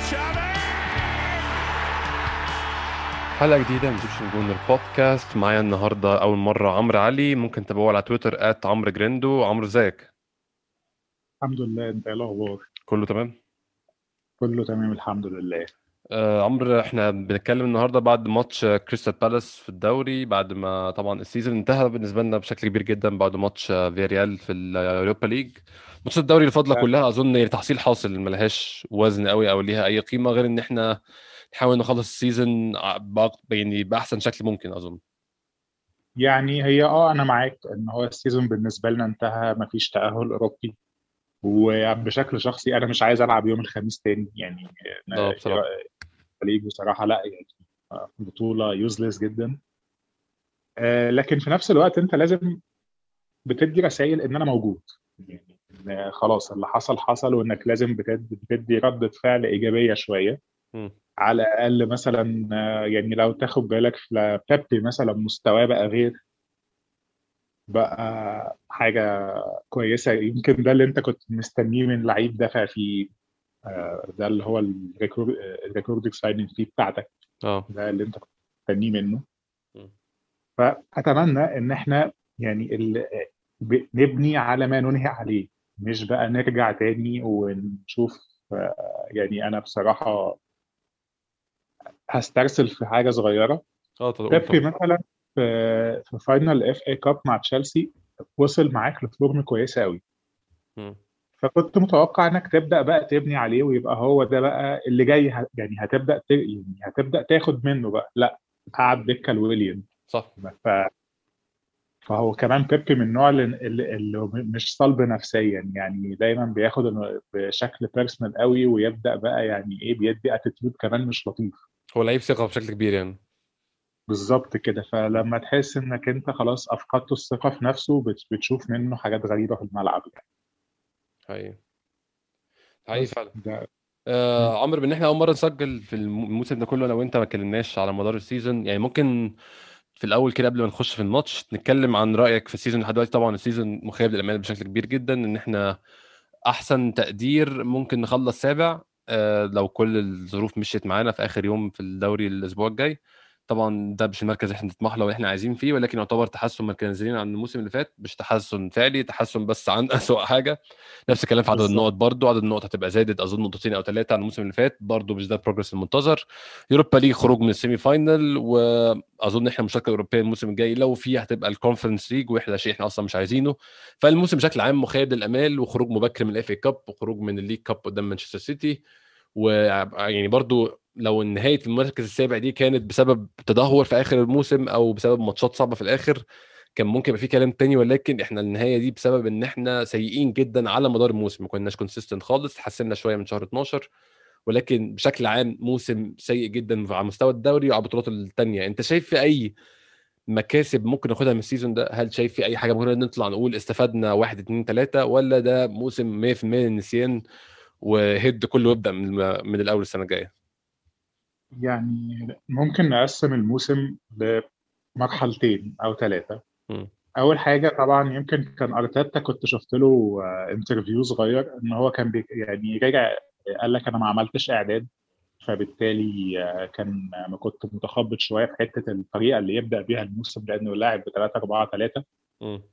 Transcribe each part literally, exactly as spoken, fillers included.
حلقة جديدة من ايجيبشن جونر بودكاست. معايا النهاردة أول مرة عمرو علي، ممكن تتابعوه على تويتر آت عمرو جريندو. عمرو ازيك؟ الحمد لله. انت ايه الاخبار؟ كله تمام؟ كله تمام الحمد لله. آه عمرو، احنا بنتكلم النهاردة بعد ماتش آه، كريستال بالاس في الدوري، بعد ما طبعا السيزون انتهى بالنسبة لنا بشكل كبير جدا بعد ماتش آه، فياريال في اليوروبا ليج. ماتش الدوري الفضلة ف- كلها أظن تحصيل حاصل، ملهاش وزن قوي أو ليها أي قيمة غير إن احنا نحاول نخلص السيزون ع- بأق- يعني بأحسن شكل ممكن أظن. يعني هي اه انا معاك ان هو السيزون بالنسبه لنا انتهى، مفيش تاهل اوروبي. وبشكل شخصي انا مش عايز العب يوم الخميس تاني يعني. اه بصراحة. ليج بصراحه لا يعني. آه، بطوله يوزلس جدا. آه، لكن في نفس الوقت انت لازم بتدي رسائل ان انا موجود. يعني إن خلاص اللي حصل حصل، وانك لازم بتدي, بتدي ردة فعل ايجابيه شويه. مم. على الاقل مثلا آه، يعني لو تاخد بالك في بيبي مثلا مستواه بقى غير، بقى حاجة كويسة. يمكن ده اللي انت كنت مستنيه من لعيب دافع فيه. آه، ده اللي هو الريكورد الريكورد سايننج فيه بتاعتك. اه. ده اللي انت كنت مستنيه منه. مم. فأتمنى ان احنا يعني ال- ب- نبني على ما ننهي عليه، مش بقى نرجع تاني ونشوف. آه، يعني انا بصراحة هسترسل في حاجة صغيرة. اه تقول بيبي طبعا. مثلا في في فاينل اف اي كاب مع تشيلسي وصل معاك لفورم كويسة قوي. مم. فكنت متوقع انك تبدا بقى تبني عليه، ويبقى هو ده بقى اللي جاي. ه- يعني هتبدا ت... يعني هتبدا تاخد منه بقى. لا، قعد دكه لويليام. صح. ف... فهو كمان بيبي من النوع اللي, اللي اللي مش صلب نفسيا، يعني دايما بياخد إنه بشكل بيرسونال قوي، ويبدا بقى يعني ايه بيدي اتيتيود كمان مش لطيف. هو لعيب ثقة بشكل كبير يعني. بالظبط كده. مم. فلما تحس انك انت خلاص افقدت الثقه في نفسه، بت... بتشوف منه حاجات غريبه في الملعب يعني. حقيقي. حقيقي بس فعلا. ده. آه عمرو، بان احنا اول مرة نسجل في الم- الموسم ده كله انا وانت ما اتكلمناش على مدار السيزون، يعني ممكن في الاول كده قبل ما نخش في الماتش نتكلم عن رأيك في السيزون لحد دلوقتي. طبعا السيزون مخيب للامال بشكل كبير جدا، ان احنا احسن تقدير ممكن نخلص سابع آه لو كل الظروف مشيت معانا في اخر يوم في الدوري الاسبوع الجاي. طبعا ده مش المركز اللي احنا نطمح له واللي احنا عايزين فيه، ولكن يعتبر تحسن مركزين عن الموسم اللي فات، مش تحسن فعلي، تحسن بس عن اسوأ حاجه. نفس الكلام في عدد بالظبط. النقط، برضو عدد النقط هتبقى زادت اظن نقطتين او ثلاثه عن الموسم اللي فات، برضو مش ده البروجرس المنتظر. يوروبا ليج خروج من السيمي فاينل، واظن احنا مشاركه اوروبيه الموسم الجاي لو في هتبقى الكونفرنس ليج، واحنا شيء احنا اصلا مش عايزينه. فالموسم بشكل عام مخيب للامال، وخروج مبكر من الاف اي كاب، وخروج من الليج كاب قدام مانشستر سيتي. ويعني برضو لو نهايه المركز السابع دي كانت بسبب تدهور في اخر الموسم او بسبب ماتشات صعبه في الاخر، كان ممكن يبقى في كلام تاني. ولكن احنا النهايه دي بسبب ان احنا سيئين جدا على مدار الموسم، ما كناش كونسيستنت خالص، حسنا شويه من شهر اتناشر. ولكن بشكل عام موسم سيء جدا على مستوى الدوري وعلى البطولات التانية. انت شايف في اي مكاسب ممكن ناخدها من السيزون ده؟ هل شايف في اي حاجه ممكن نطلع نقول استفدنا واحد اتنين تلاته، ولا ده موسم مية في المية نسيان وهيد كله يبدا من من الاول السنه الجايه؟ يعني ممكن نقسم الموسم لمرحلتين او ثلاثه. مم. اول حاجه طبعا يمكن كان ارتيتا، كنت شفت له انترفيو صغير ان هو كان بي يعني رجع قال لك انا ما عملتش اعداد. فبالتالي آه، كان ما كنت متخبط شويه في حته الطريقه اللي يبدا بيها الموسم، لانه لاعب ب ثلاثة أربعة ثلاثة. مم.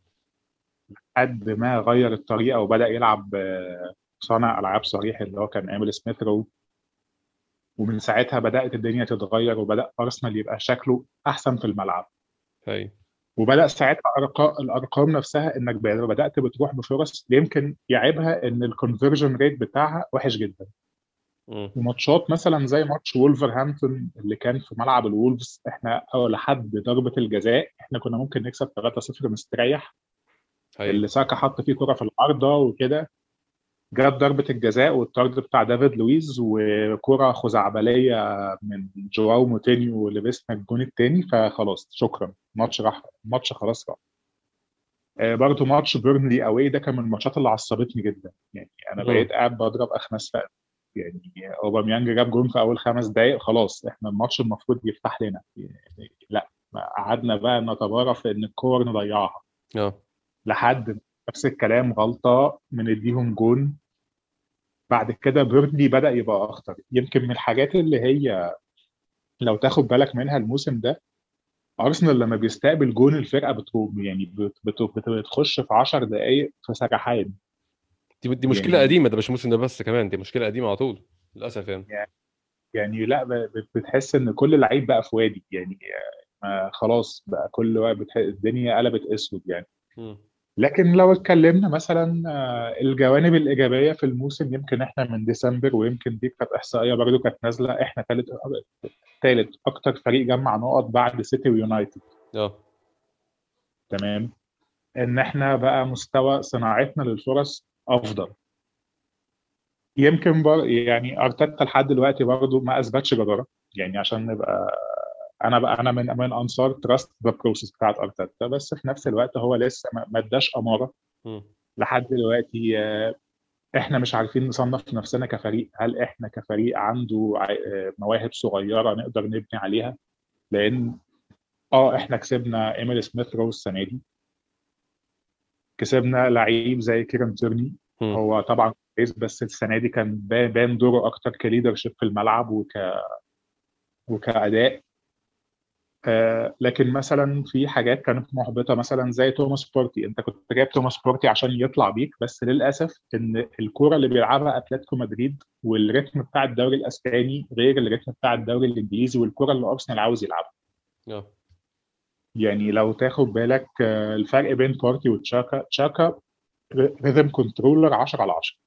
قد ما غير الطريقه وبدا يلعب آه، صانع العاب صريح اللي هو كان ايميل سميث رو. ومن ساعتها بدات الدنيا تتغير، وبدا ارسنال يبقى شكله احسن في الملعب. هاي. وبدأ ساعتها أرقام الأرقام نفسها إنك بدأت بتروح بفرص. يمكن يعيبها إن الكونفرجن ريت بتاعها وحش جدا. مم. وماتشات مثلا زي ماتش وولفرهامبتون اللي كان في ملعب الوولفز، إحنا أو لحد ضربة الجزاء إحنا كنا ممكن نكسب ثلاثة صفر مستريح. هاي. اللي ساكا حط فيه كرة في العارضة وكده، جاب ضربة الجزاء والطرد بتاع دافيد لويز وكرة خزعبلية من جواو موتينيو ولبسنا الجون التاني. فخلاص شكرا، ماتش راح، ماتش خلاص راح. آه، برضو ماتش بيرنلي اواي ده كان من الماتشات اللي عصبتني جدا. يعني انا مم. بقيت قاعد بضرب اخماس فقط. يعني اوباميانج جاب جون في اول خمس دقائق، خلاص احنا الماتش المفروض يفتح لنا يعني. لا، قعدنا بقى نتبارى في ان الكور نضيعها اه. لحد نفس الكلام غلطه من اديهم جون. بعد كده بيرنلي بدأ يبقى اخطر. يمكن من الحاجات اللي هي لو تاخد بالك منها الموسم ده، ارسنال لما بيستقبل جون الفرقه بتروم، يعني بت- بت- بت- بتخش في عشر دقائق في سرحان. دي دي مشكله يعني قديمه، ده مش الموسم ده بس، كمان دي مشكله قديمه على طول للاسف يعني. يعني لا ب- بت- بتحس ان كل لعيب بقى في وادي يعني. آه، خلاص بقى كل واحد بتح... الدنيا قلبت اسود يعني. مم. لكن لو اتكلمنا مثلا آه، الجوانب الايجابيه في الموسم، يمكن احنا من ديسمبر، ويمكن دي كانت احصائيه برضو كانت نازله، احنا ثالث ثالث اكتر فريق جمع نقط بعد سيتي ويونايتد. اه. تمام. ان احنا بقى مستوى صناعتنا للفرص افضل. يمكن بر... يعني ارتيتا لحد دلوقتي برضه ما اثبتش جداره، يعني عشان نبقى، انا بقى انا من من انصار تراست ذا بروسيس بتاعت ارتيتا، بس في نفس الوقت هو لسه ما ما اداش اماره مم. لحد دلوقتي. آه، احنا مش عارفين نصنف نفسنا كفريق، هل احنا كفريق عنده ع- آه، مواهب صغيره نقدر نبني عليها؟ لان اه احنا كسبنا ايميل سميث رو السنه دي، كسبنا لعيب زي كيرن تيرني. مم. هو طبعا كويس، بس السنه دي كان بان بان دوره اكتر كليدر شيب في الملعب وك... وكاداء. آه لكن مثلا في حاجات كانت محبطه، مثلا زي توماس بورتي. انت كنت جايب توماس بورتي عشان يطلع بيك، بس للاسف ان الكوره اللي بيلعبها اتلتيكو مدريد والريتم بتاع الدوري الاسباني غير الريتم بتاع الدوري الانجليزي والكوره اللي ارسنال عاوز يلعبها. اه. يعني لو تاخد بالك آه الفرق بين بورتي وتشاكا، تشاكا ريذم كنترولر عشرة على عشرة.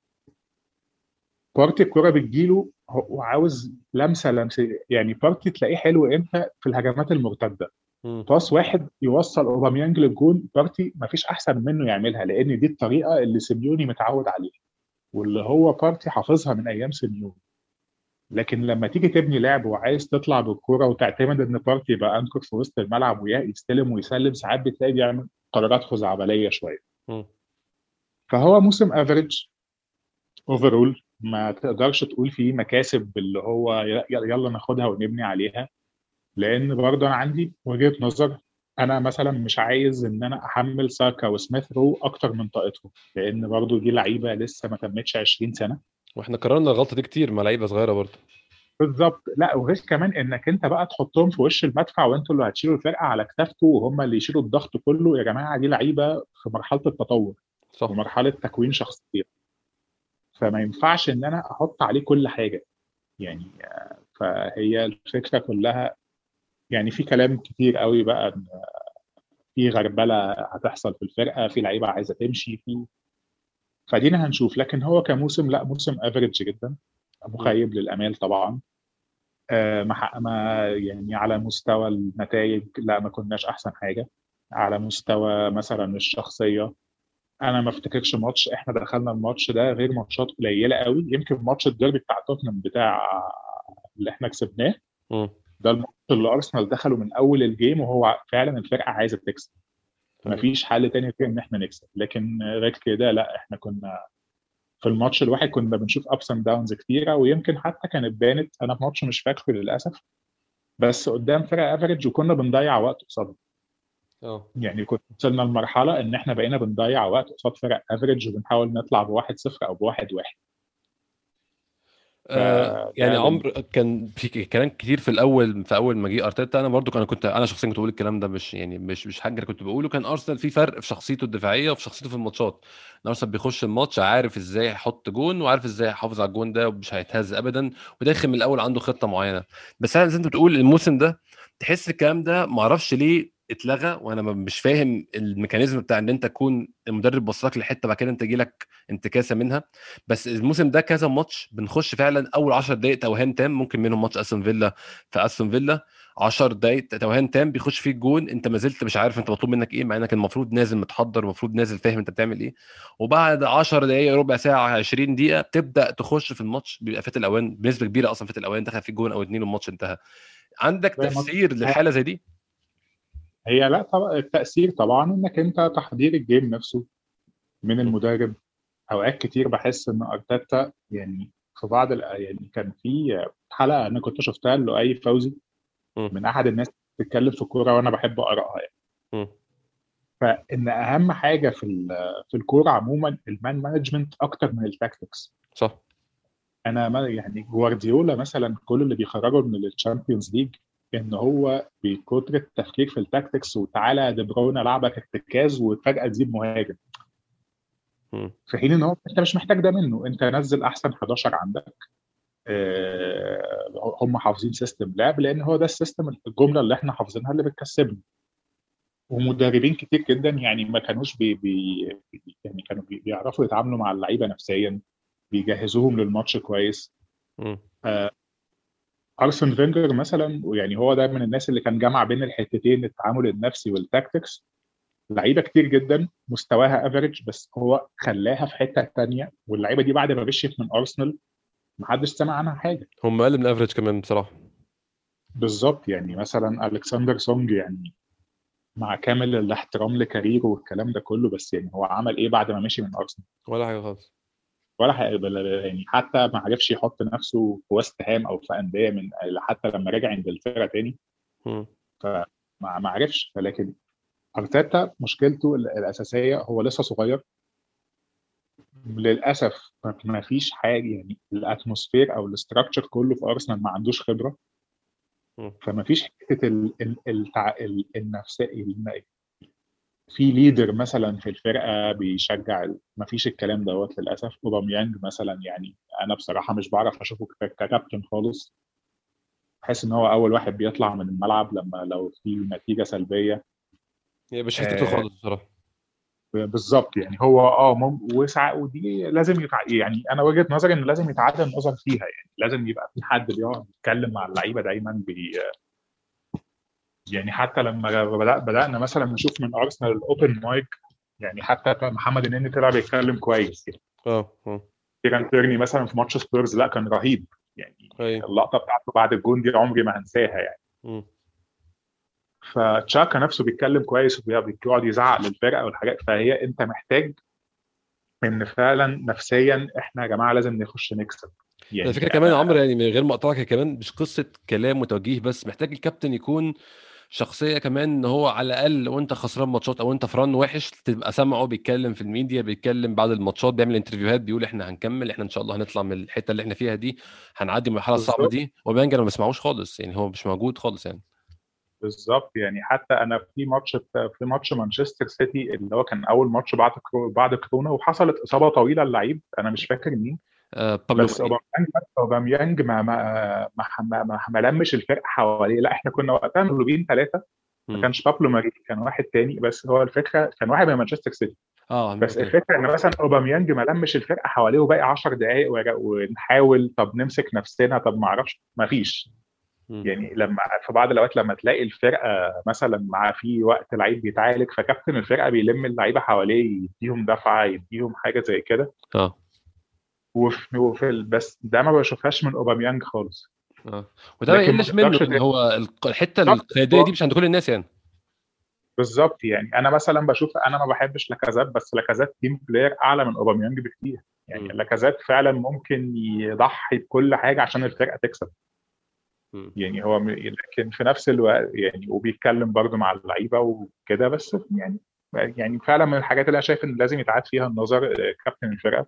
بارتي الكرة بتجيله هو عاوز لمسه لمسه، يعني بارتي تلاقيه حلو امتى في الهجمات المرتده. مم. باص واحد يوصل اوباميانج للجون، بارتي ما فيش احسن منه يعملها، لان دي الطريقه اللي سيميوني متعود عليها، واللي هو بارتي حافظها من ايام سيميوني. لكن لما تيجي تبني لعب وعايز تطلع بالكوره وتعتمد ان بارتي يبقى انكر في وسط الملعب ويستلم ويسلم، ساعات بتلاقي بيعمل قرارات خزعبليه شويه. مم. فهو موسم افريج اوفرول، ما تقدرش تقول فيه مكاسب اللي هو ي- يلا ناخدها ونبني عليها. لان برضه انا عندي وجهة نظر، انا مثلا مش عايز ان انا احمل ساكا وسميث رو اكتر من طاقتهم، لان برضه دي لعيبه لسه ما تمتش عشرين سنه. واحنا كررنا الغلطه دي كتير مع لعيبه صغيره برضه. بالظبط. لا وغير كمان انك انت بقى تحطهم في وش المدفع وانتوا اللي هتشيلوا الفرقه على كتافكم وهم اللي يشيلوا الضغط كله. يا جماعه دي لعيبه في مرحله التطور صح. ومرحله تكوين شخصيه، فما ينفعش ان انا احط عليه كل حاجه يعني. فهي الفكره كلها، يعني في كلام كتير قوي بقى إن في غربله هتحصل في الفرقه، في لعيبه عايزه تمشي في، فدينا هنشوف. لكن هو كموسم لا، موسم افريج جدا، مم. مخيب للامال طبعا. آه ما ما يعني على مستوى النتائج لا، ما كناش احسن حاجه. على مستوى مثلا الشخصيه، انا ما افتكرش ماتش احنا دخلنا الماتش ده غير ماتشات قليله قوي. يمكن ماتش الديربي بتاع توتنهام بتاع اللي احنا كسبناه، مم. ده الماتش اللي ارسنال دخلوا من اول الجيم وهو فعلا الفرقه عايزه تكسب، ايوه. مفيش حل تاني غير ان احنا نكسب. لكن غير كده لا، احنا كنا في الماتش الواحد كنا بنشوف ابس اند داونز كتيره، ويمكن حتى كانت بانت. انا في ماتش مش فاكره للاسف، بس قدام فرقه افريج وكنا بنضيع وقت قصادها. اه. يعني كنا وصلنا لمرحله ان احنا بقينا بنضيع وقت قصاد فرق افريج وبنحاول نطلع بواحد صفر او بواحد واحد. آه، يعني فده بن... عمرو كان في ك- كلام كتير في الاول، في اول ما جه ارتيتا انا برضو انا كنت انا شخصيا كنت بقول الكلام ده، مش يعني مش مش حاجه كنت بقوله. كان ارسنال في فرق في شخصيته الدفاعيه وفي شخصيته في الماتشات. إن ارسنال بيخش الماتش عارف ازاي يحط جون وعارف ازاي يحافظ على الجون ده ومش هيتهز ابدا، وداخل من الاول عنده خطه معينه. بس انا زي ما انت بتقول الموسم ده تحس الكلام ده ما اعرفش ليه اتلغى، وانا م- مش فاهم الميكانيزم بتاع ان انت تكون المدرب بصلك لحته بعد كده انت يجي لك انتكاسه منها. بس الموسم ده كذا ماتش بنخش فعلا اول عشر دقائق توهان تام، ممكن منهم ماتش استون فيلا. في استون فيلا عشر دقائق توهان تام بيخش فيك جون، انت ما زلت مش عارف انت مطلوب منك ايه، مع انك المفروض نازل متحضر، المفروض نازل فاهم انت بتعمل ايه. وبعد عشر دقائق ربع ساعه عشرين دقيقه بتبدا تخش في الماتش، بيبقى فات الاوان بنسبه كبيره، اصلا فات الاوان دخل فيك جون او اتنين والماتش انتهى. عندك زي ما تفسير للحاله زي دي؟ هي لا طبعا التاثير طبعا انك انت تحضير الجيم نفسه من م- المدرب. اوقات كتير بحس ان ارتيتا يعني في بعض الأ- يعني كان في حلقه انا كنت شفتها لؤي فوزي، م- من احد الناس بتتكلم في الكوره وانا بحب اقراها يعني. م. فان اهم حاجه في ال- في الكوره عموما المان مانجمنت اكتر من التاكتكس. صح. انا ما يعني جوارديولا مثلا كل اللي بيخرجه من الشامبيونز ليج ان هو بكتر التفكير في التاكتكس، وتعالى يا دي بروين العبك ارتكاز وفجاه تجيب مهاجم، مم. في حين ان هو انت مش محتاج ده منه. انت نزل احسن حداشر عندك، آه، هم حافظين سيستم لعب، لان هو ده السيستم، الجمله اللي احنا حافظينها اللي بتكسبنا. ومدربين كتير جدا يعني ما كانوش بي بي يعني كانوا بي بيعرفوا يتعاملوا مع اللعيبه نفسيا، بيجهزوهم للماتش كويس. مم. آه، ارسن فينجر مثلا، يعني هو ده من الناس اللي كان جمع بين الحتتين، التعامل النفسي والتاكتكس. لعيبه كتير جدا مستواها افريج، بس هو خلاها في حته تانية، واللعيبه دي بعد ما مشيت من ارسنال محدش سمع عنها حاجه. هم اقل من الافريج كمان بصراحه. بالظبط، يعني مثلا الكسندر سونج، يعني مع كامل الاحترام لكاريره والكلام ده كله، بس يعني هو عمل ايه بعد ما مشي من ارسنال؟ ولا حاجه خالص. ولا حاجة. يعني حتى ما عرفش يحط نفسه في وست هام او في انديه، من حتى لما رجع انجلترا تاني مم. فما ما عرفش. لكن ارتيتا مشكلته الاساسيه هو لسه صغير للاسف. ما ما فيش حاجه، يعني الاتموسفير او الاستراكشر كله في ارسنال ما عندوش خبره. مم. فما فيش حته ال- ال- التع... ال- النفسيه، في ليدر مثلا في الفرقه بيشجع ال- مفيش الكلام دوت للاسف. اوباميانج مثلا، يعني انا بصراحه مش بعرف اشوفه ك- ككابتن خالص. بحس ان هو اول واحد بيطلع من الملعب لما لو في نتيجه سلبيه. هي مش حتته آه خالص بصراحه. بالظبط، يعني هو اه مم- وسع ودي لازم يتع... يعني انا وجهه نظري ان لازم يتعادل النظر فيها. يعني لازم يبقى في حد بيقعد يتكلم مع اللعيبه دايما بي... يعني حتى لما بدأ بدأنا مثلا نشوف من ارسنال الاوبن مايك، يعني حتى كان محمد النني طلع بيتكلم كويس. يعني اه اه. كيران تيرني مثلا في ماتش سبيرز لا كان رهيب. يعني اي. اللقطه بتاعته بعد الجون دي عمري ما هنساها يعني. مم. فتشاكا نفسه بيتكلم كويس وبيقعد يزعق للفرقه والحاجات. فهي انت محتاج ان فعلا نفسيا احنا يا جماعه لازم نخش نكسب. الفكره يعني كمان يا انا عمرو، يعني من غير ما اقطعك، كمان مش قصه كلام وتوجيه بس، محتاج الكابتن يكون شخصيه كمان، ان هو على الاقل وانت خسران ماتشات او انت فران وحش تبقى سامعه بيتكلم في الميديا، بيتكلم بعد الماتشات، بيعمل انترفيوهات، بيقول احنا هنكمل، احنا ان شاء الله هنطلع من الحته اللي احنا فيها دي، هنعدي من المرحله الصعبه بالظبط دي. وبيانجا ما بسمعوش خالص، يعني هو مش موجود خالص يعني. بالظبط يعني حتى انا في ماتش في ماتش مانشستر سيتي اللي هو كان اول ماتش بعد كرو بعد كورونا، وحصلت اصابه طويله اللعيب انا مش فاكر مين. آه بابلو بس ماري. اوباميانج اوباميانج ما ما ما ما, ما, ما لمش الفرقه حواليه. لا احنا كنا وقتها مغلوبين ثلاثه. ما مم. كانش بابلو ماري، كان واحد تاني. بس هو الفكره كان واحد من مانشستر سيتي. اه بس اوكي. الفكره ان مثلا اوباميانج ما لمش الفرقه حواليه وباقي عشر دقائق ورا- ونحاول طب نمسك نفسنا طب ما اعرفش، ما فيش. مم. يعني لما في بعض الاوقات لما تلاقي الفرقه مثلا مع في وقت لعيب بيتعالج، فكابتن الفرقه بيلم اللعيبه حواليه يديهم دفعه يديهم حاجه زي كده. اه وفي, وفي ال- بس ده ما بشوفهاش من اوباميانج خالص. اه. وده ما لكن ما يقلش منه، تقدرش يعني ت- هو الق- الحته بالظبط القياديه دي هو- مش عند كل الناس يعني. بالظبط يعني انا مثلا بشوف، انا ما بحبش لاكازات، بس لاكازات تيم بلاير اعلى من اوباميانج بكتير. يعني مم. لاكازات فعلا ممكن يضحي بكل حاجه عشان الفرقه تكسب. مم. يعني هو م- لكن في نفس الوقت يعني وبيتكلم برضه مع اللعيبه وكده. بس يعني يعني فعلا من الحاجات اللي انا شايف ان لازم يتعاد فيها النظر، آه، كابتن الفرقه.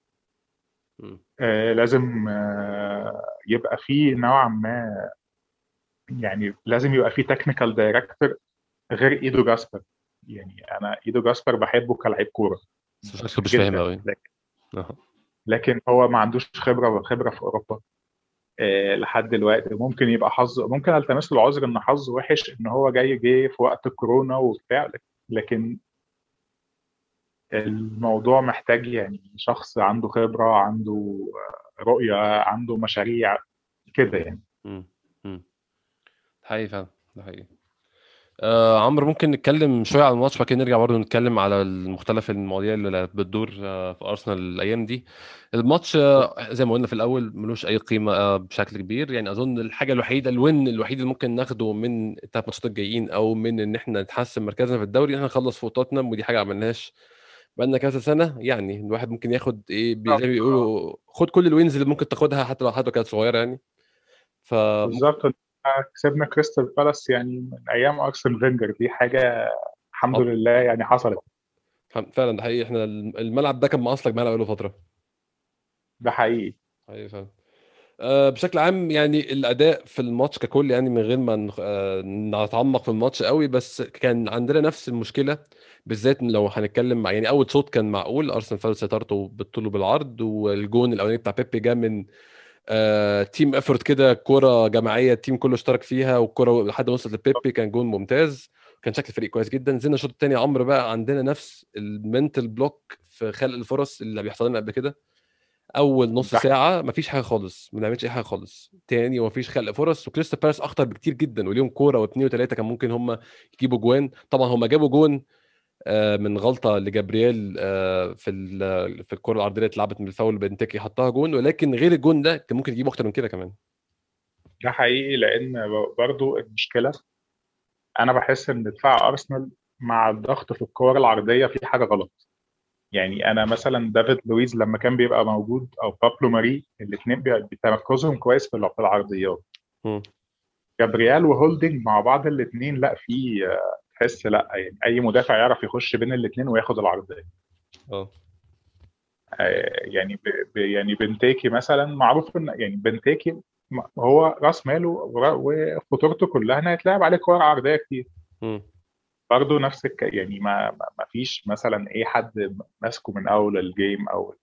مم. آه، لازم آه، يبقى فيه نوعا ما، يعني لازم يبقى فيه تكنيكال دايركتور غير ايدو جاسبر. يعني انا ايدو جاسبر بحبه كلاعب كوره بس مش مش فاهم جدا، قوي. لكن اه. لكن هو ما عندوش خبره خبره في اوروبا. آه، لحد دلوقتي ممكن يبقى حظ، ممكن التمس له العذر ان حظه وحش ان هو جاي جه في وقت الكورونا وبتاع. لكن الموضوع محتاج يعني شخص عنده خبره، عنده آه، رؤيه، عنده مشاريع كده يعني. مم. مم. حقيقي فعلا. ده حقيقي. آه عمرو، ممكن نتكلم شويه على الماتش، بعد كده نرجع برضه نتكلم على مختلف المواضيع اللي بتدور آه في ارسنال الايام دي. الماتش آه زي ما قلنا في الاول ملوش اي قيمه آه بشكل كبير، يعني اظن الحاجه الوحيده، الوين الوحيد اللي ممكن ناخده من الثلاث ماتشات الجايين، او من ان احنا نتحسن مركزنا في الدوري، ان احنا نخلص فوق توتنهام، ودي حاجه ما عملناش بقالنا كذا سنه. يعني الواحد ممكن ياخد ايه بي- زي ما بيقولوا خد كل الوينز اللي ممكن تاخدها، حتى لو حتى كانت صغيره يعني. فممكن. بالظبط. كسبنا كريستال بالاس يعني من ايام ارسن فينجر، دي حاجه الحمد لله يعني حصلت. فعلا ده حقيقي، احنا الملعب ده كان معصلك معانا بقاله فتره. ده حقيقي. ايوه فاهم. أه بشكل عام يعني الاداء في الماتش ككل، يعني من غير ما نخ- آه، نتعمق في الماتش قوي، بس كان عندنا نفس المشكله. بالذات لو هنتكلم مع يعني اول شوط كان معقول، ارسنال فضل سيطرته بالطول وبالعرض، والجون الاولاني بتاع بيبي جه من آه تيم افورت كده، كرة جماعية التيم كله اشترك فيها، والكرة لحد ما وصلت لبيبي كان جون ممتاز. كان شكل الفريق كويس جدا. نزلنا الشوط الثاني عمرو بقى عندنا نفس المنتل بلوك في خلق الفرص اللي بيحصل لنا قبل كده. اول نص ده ساعة مفيش حاجة خالص، ما بنعملش اي حاجة خالص تاني، ومفيش خلق فرص، وكريستال بالاس اخطر بكتير جدا، وليهم كورة واثنين وثلاثة كان ممكن هم يجيبوا جوان. طبعا هم جابوا جون آه، من غلطه لجابرييل آه، في ال- في الكره العرضيه اللي اتلعبت من الفاول، بنتيكي حطها جون، ولكن غير الجون ده كان ممكن يجيب اكتر من كده كمان. ده حقيقي، لان برضو المشكله انا بحس ان دفاع ارسنال مع الضغط في الكور العرضيه في حاجه غلط. يعني انا مثلا دافيد لويز لما كان بيبقى موجود او بابلو ماري، الاثنين بتمركزهم كويس في في العرضيات. مم. جابريال وهولدنج مع بعض الاثنين لا، في آه، تحس لا، يعني اي مدافع يعرف يخش بين الاثنين وياخد العرضيه. اه. آه، يعني ب... ب... يعني بنتيكي مثلا معروف ان يعني بنتيكي م- هو راس ماله ور- وخطورته كلها انه يتلعب عليه كور عرضيه كتير. مم. برضه نفس الك... يعني ما ما ما فيش مثلا ايه حد ماسكه من اول الجيم او.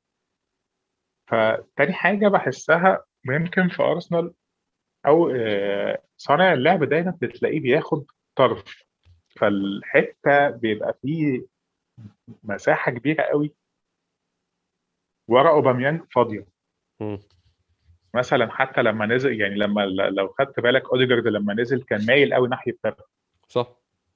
فتاني حاجه بحسها يمكن في ارسنال او آه، صانع اللعب دايما بتلاقيه بياخد طرف، فالحته بيبقى فيه مساحه كبيره قوي ورا اوباميانج فاضيه. مم. مثلا حتى لما نزل، يعني لما لو خدت بالك اوديجارد لما نزل كان مايل قوي ناحيه بيب. صح.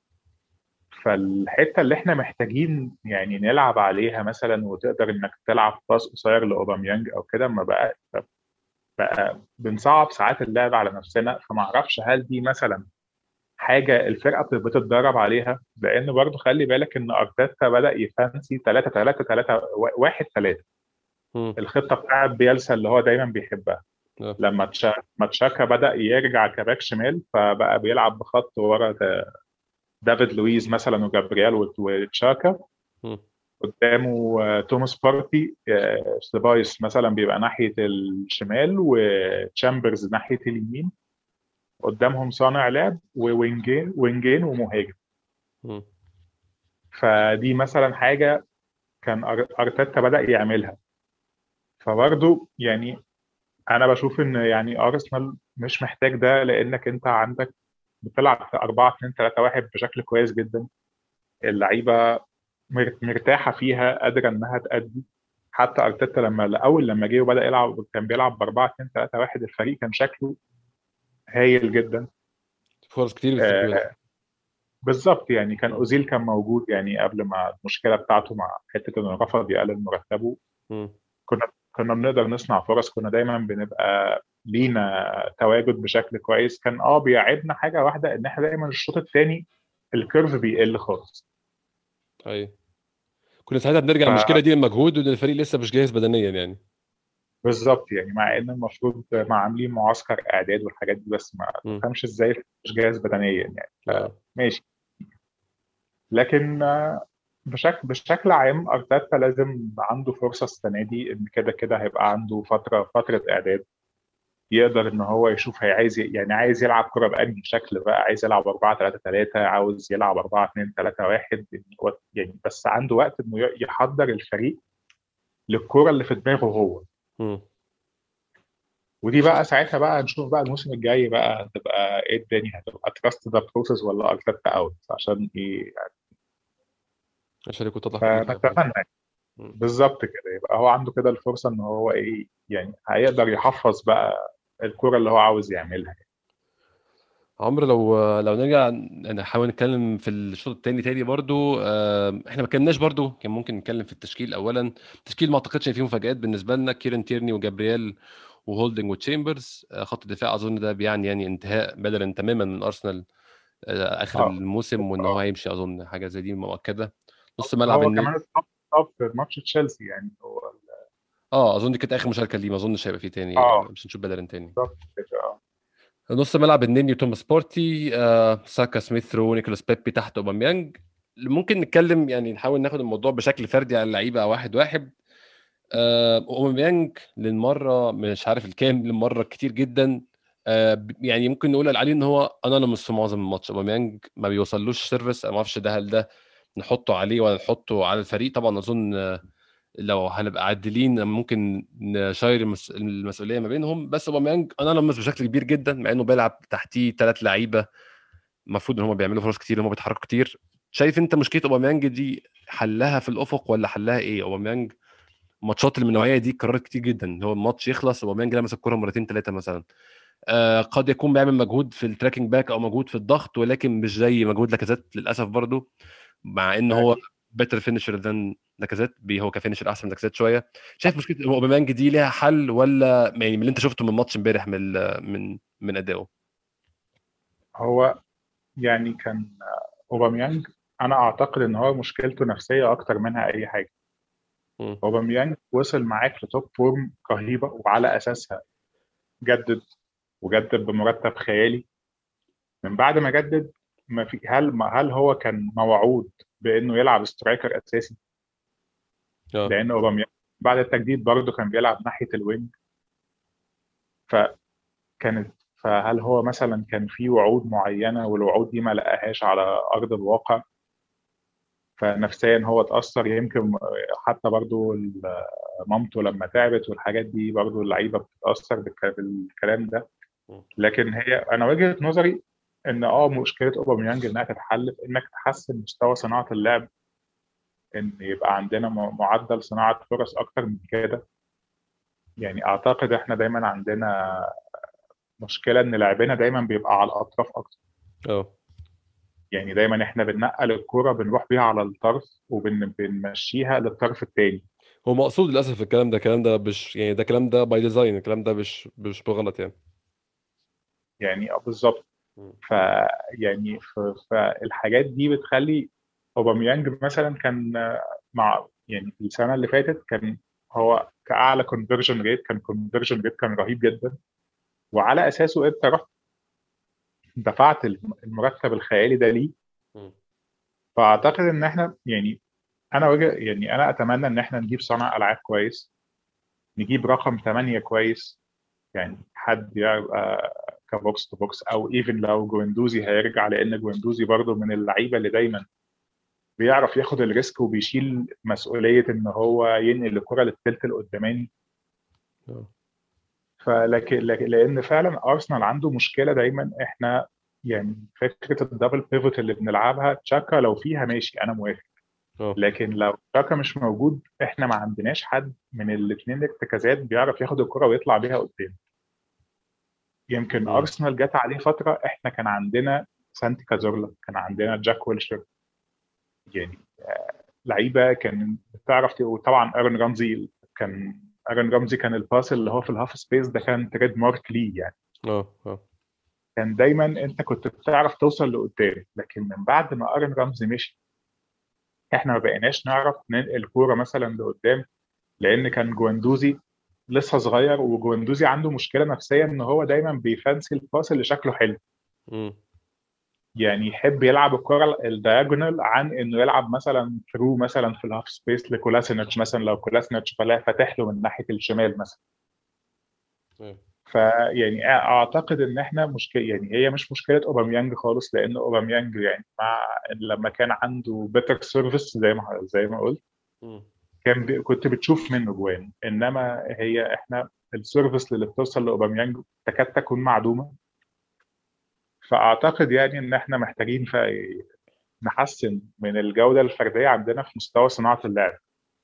فالحته اللي احنا محتاجين يعني نلعب عليها مثلا، وتقدر انك تلعب باس قصير لاوباميانج او كده، ما بقى بقى بنصعب ساعات اللعب على نفسنا. فما اعرفش هل دي مثلا حاجه الفرقه بتتدرب عليها، لان برضو خلي بالك ان ارتيتا بدا يفانسي ثلاثة ثلاثة ثلاثة واحد ثلاثة، مم. الخطه بتاعت بيلسا اللي هو دايما بيحبها. اه. لما تشا... ما تشاكا بدا يرجع كباك شمال، فبقى بيلعب بخط ورا دا- دافيد لويز مثلا وجابريال وت- وتشاكا. مم. قدامه آه، توماس بارتي، آه، سيبايوس مثلا بيبقى ناحيه الشمال وتشامبرز ناحيه اليمين. قدامهم صانع لعب ووينجين وينجين ومهاجم. مم. فدي مثلا حاجه كان أر- ارتيتا بدأ يعملها. فبرضه يعني انا بشوف ان يعني ارسنال مش محتاج ده، لانك انت عندك بتلعب في أربعة اتنين ثلاثة واحد بشكل كويس جدا. اللعيبه مر- مرتاحه فيها، قادره انها تأدي. حتى ارتيتا لما اول لما جه وبدأ يلعب كان بيلعب ب أربعة اتنين ثلاثة واحد، الفريق كان شكله هايل جدا. فرص كتير استقبال. آه بالظبط، يعني كان مم. اوزيل كان موجود يعني قبل ما المشكله بتاعته مع حته انه رفض يقلل مرتبه. مم. كنا كنا بنقدر نصنع فرص، كنا دايما بنبقى لينا تواجد بشكل كويس. كان اه بيعيبنا حاجه واحده، ان احنا دايما الشوط الثاني الكيرف بيقل خالص. ايوه. كنا ساعتها بنرجع المشكله دي للمجهود، وان الفريق لسه مش جاهز بدنيا يعني. فبالظبط، يعني مع ان المفروض مع عاملين معسكر اعداد والحاجات دي، بس ما مم. تفهمش ازاي مش جاهز بدنيا يعني. اه. ماشي. لكن آه، بشكل بشكل عام ارتيتا لازم عنده فرصه السنه دي، ان كده كده هيبقى عنده فتره فتره اعداد. يقدر ان هو يشوف هي عايز ي- يعني عايز يلعب كرة بأنهي شكل بقى، عايز يلعب أربعة ثلاثة ثلاثة، عاوز يلعب أربعة اتنين ثلاثة واحد. هو- يعني بس عنده وقت انه ي- يحضر الفريق للكرة اللي في دماغه هو. مم. ودي بقى ساعتها بقى نشوف بقى الموسم الجاي بقى هتبقى ايه الدنيا، هتبقى تراست ذا بروسيس ولا ارتيتا اوت عشان ايه يعني. عشان يكون تطلع كل حاجه فعلا. فنتمنى مم. بالظبط كده يبقى هو عنده كده الفرصة ان هو ايه يعني هيقدر يحفظ بقى الكرة اللي هو عاوز يعملها. عمرو لو لو نرجع نحاول نتكلم في الشوط الثاني تاني برضو، آه، احنا ما اتكلمناش برضو، كان ممكن نتكلم في التشكيل اولا. التشكيل ما اعتقدش ان فيه مفاجآت بالنسبه لنا، كيرن تيرني وجابرييل وهولدنج وتشامبرز. آه، خط الدفاع اظن ده بيعني يعني انتهاء بدلا تماما من ارسنال آه، اخر اه الموسم، وان هو هيمشي، اظن حاجه زي دي مؤكده. نص ملعب هو الني. كمان اتصاب اتصاب في ماتش تشيلسي يعني هو. اه اظن دي كانت اخر مشاركه ليه، ما اظنش هيبقى فيه تاني، اه مش هنشوف بدلا تاني. بالظبط كده اه. نص ملعب النني وتوماس بارتي، آه، ساكا سميث رو نيكولاس بيبي تحت اوباميانج. ممكن نتكلم يعني نحاول ناخد الموضوع بشكل فردي على اللعيبه واحد واحد. آه، اوباميانج للمره مش عارف الكام، للمره كتير جدا. آه، ب- يعني ممكن نقول عليه ان هو انونيمس في معظم الماتش. اوباميانج ما بيوصلوش سيرفيس، انا ما اعرفش ده هل ده نحطه عليه ولا نحطه على الفريق. طبعا اظن آه، لو هنبقى عادلين ممكن نشير المس- المسؤوليه ما بينهم، بس اوباميانج انونيمس بشكل كبير جدا مع انه بيلعب تحتيه ثلاث لعيبه المفروض ان هم بيعملوا فرص كتير، هم بيتحركوا كتير. شايف انت مشكله اوباميانج دي حلها في الافق ولا حلها ايه؟ اوباميانج ماتشات اللي من النوعيه دي قررت كتير جدا اللي هو الماتش يخلص اوباميانج لمس الكوره مرتين ثلاثه مثلا. آه قد يكون بيعمل مجهود في التراكنج باك او مجهود في الضغط، ولكن مش زي مجهود لاكازيت للاسف برضو، مع ان هو اكيد. بيتر فينيشر ذان لاكازيت، بي هو كفينيشر احسن من لاكازيت شويه. شايف مشكله اوباميانج دي ليها حل ولا يعني من اللي انت شفته من ماتش امبارح من ال- من من ادائه؟ هو يعني كان اوباميانج، انا اعتقد ان هو مشكلته نفسيه اكتر منها اي حاجه. مم. اوباميانج وصل معاك لتوب فورم رهيبه وعلى اساسها جدد، وجدد بمرتب خيالي. من بعد ما جدد، ما في هل ما هل هو كان موعود بانه يلعب سترايكر اساسي؟ اه. لان اوباميانج بعد التجديد برضه كان بيلعب ناحيه الوينج. فكانت فهل هو مثلا كان في وعود معينه والوعود دي ما لقاهاش على ارض الواقع؟ فنفسيا هو اتأثر يمكن. حتى برضو ال- مامته لما تعبت والحاجات دي برضو اللعيبة بتتأثر بالك- بالكلام ده. مم. لكن هي أنا وجهة نظري إن اه مشكلة أوباميانج إنها تتحل في إنك تحسن مستوى صناعة اللعب، إن يبقى عندنا م- معدل صناعة فرص أكتر من كده. يعني أعتقد إحنا دايما عندنا مشكلة إن لاعبنا دايما بيبقى على الأطراف أكتر. اه. يعني دايما إحنا بننقل الكرة بنروح بيها على الطرف وبنمشيها للطرف التاني. هو مقصود للاسف الكلام ده، الكلام ده مش يعني ده الكلام ده باي ديزاين، الكلام ده مش مش بغلط يعني. يعني آه بالظبط. مم. ف يعني ف... فالحاجات دي بتخلي اوباميانج مثلا كان مع يعني في السنه اللي فاتت كان هو كاعلى كونفرجن ريت، كان كونفرجن ريت كان رهيب جدا. وعلى اساسه انت رحت دفعت المرتب الخيالي ده ليه. مم. فاعتقد ان احنا يعني انا وجه يعني انا اتمنى ان احنا نجيب صانع العاب كويس، نجيب رقم ثمانية كويس. يعني حد يبقى كبوكس تو بوكس، او ايفن لو جويندوزي هيرجع، لان جويندوزي برضو من اللعيبه اللي دايما بيعرف ياخد الريسك وبيشيل مسؤوليه ان هو ينقل الكره للثلث القداماني. اه. فلكن لكن- لان فعلا ارسنال عنده مشكله دايما. احنا يعني فكره الدبل بيفوت اللي بنلعبها، تشاكا لو فيها ماشي انا موافق. اه. لكن لو تشاكا مش موجود، احنا ما عندناش حد من الاثنين ارتكازات بيعرف ياخد الكره ويطلع بيها قدام. يمكن مم. ارسنال جت عليه فتره احنا كان عندنا سانتي كازورلا، كان عندنا جاك ويلشر. يعني لعيبه كان بتعرف ت- وطبعا ارون رمزي كان ارون رمزي كان الباس اللي هو في الهاف سبيس ده كان تريد مارك ليه يعني. اه. اه. كان دايما انت كنت بتعرف توصل لقدام. لكن من بعد ما ارون رمزي مشي، احنا ما بقيناش نعرف ننقل كوره مثلا لقدام، لان كان جواندوزي لسه صغير. وجواندوزي عنده مشكله نفسيه ان هو دايما بيفانسي الباس اللي شكله حلو. مم. يعني يحب يلعب الكره الدياجونال عن انه يلعب مثلا ثرو مثلا في الهاف سبيس لكولاسينيتش، مثلا لو كولاسينيتش فلا فاتح له من ناحيه الشمال مثلا. ايوه. فيعني اعتقد ان احنا مشكله، يعني هي مش مشكله اوباميانج خالص، لان اوباميانج يعني مع لما كان عنده بيتر سيرفيس زي ما زي ما قلت، مم. كان بي كنت بتشوف منه جوان. انما هي احنا السيرفيس اللي بتوصل لاوباميانج تكاد تكون معدومه. فاعتقد يعني ان احنا محتاجين نحسن من الجوده الفرديه عندنا في مستوى صناعه اللعب.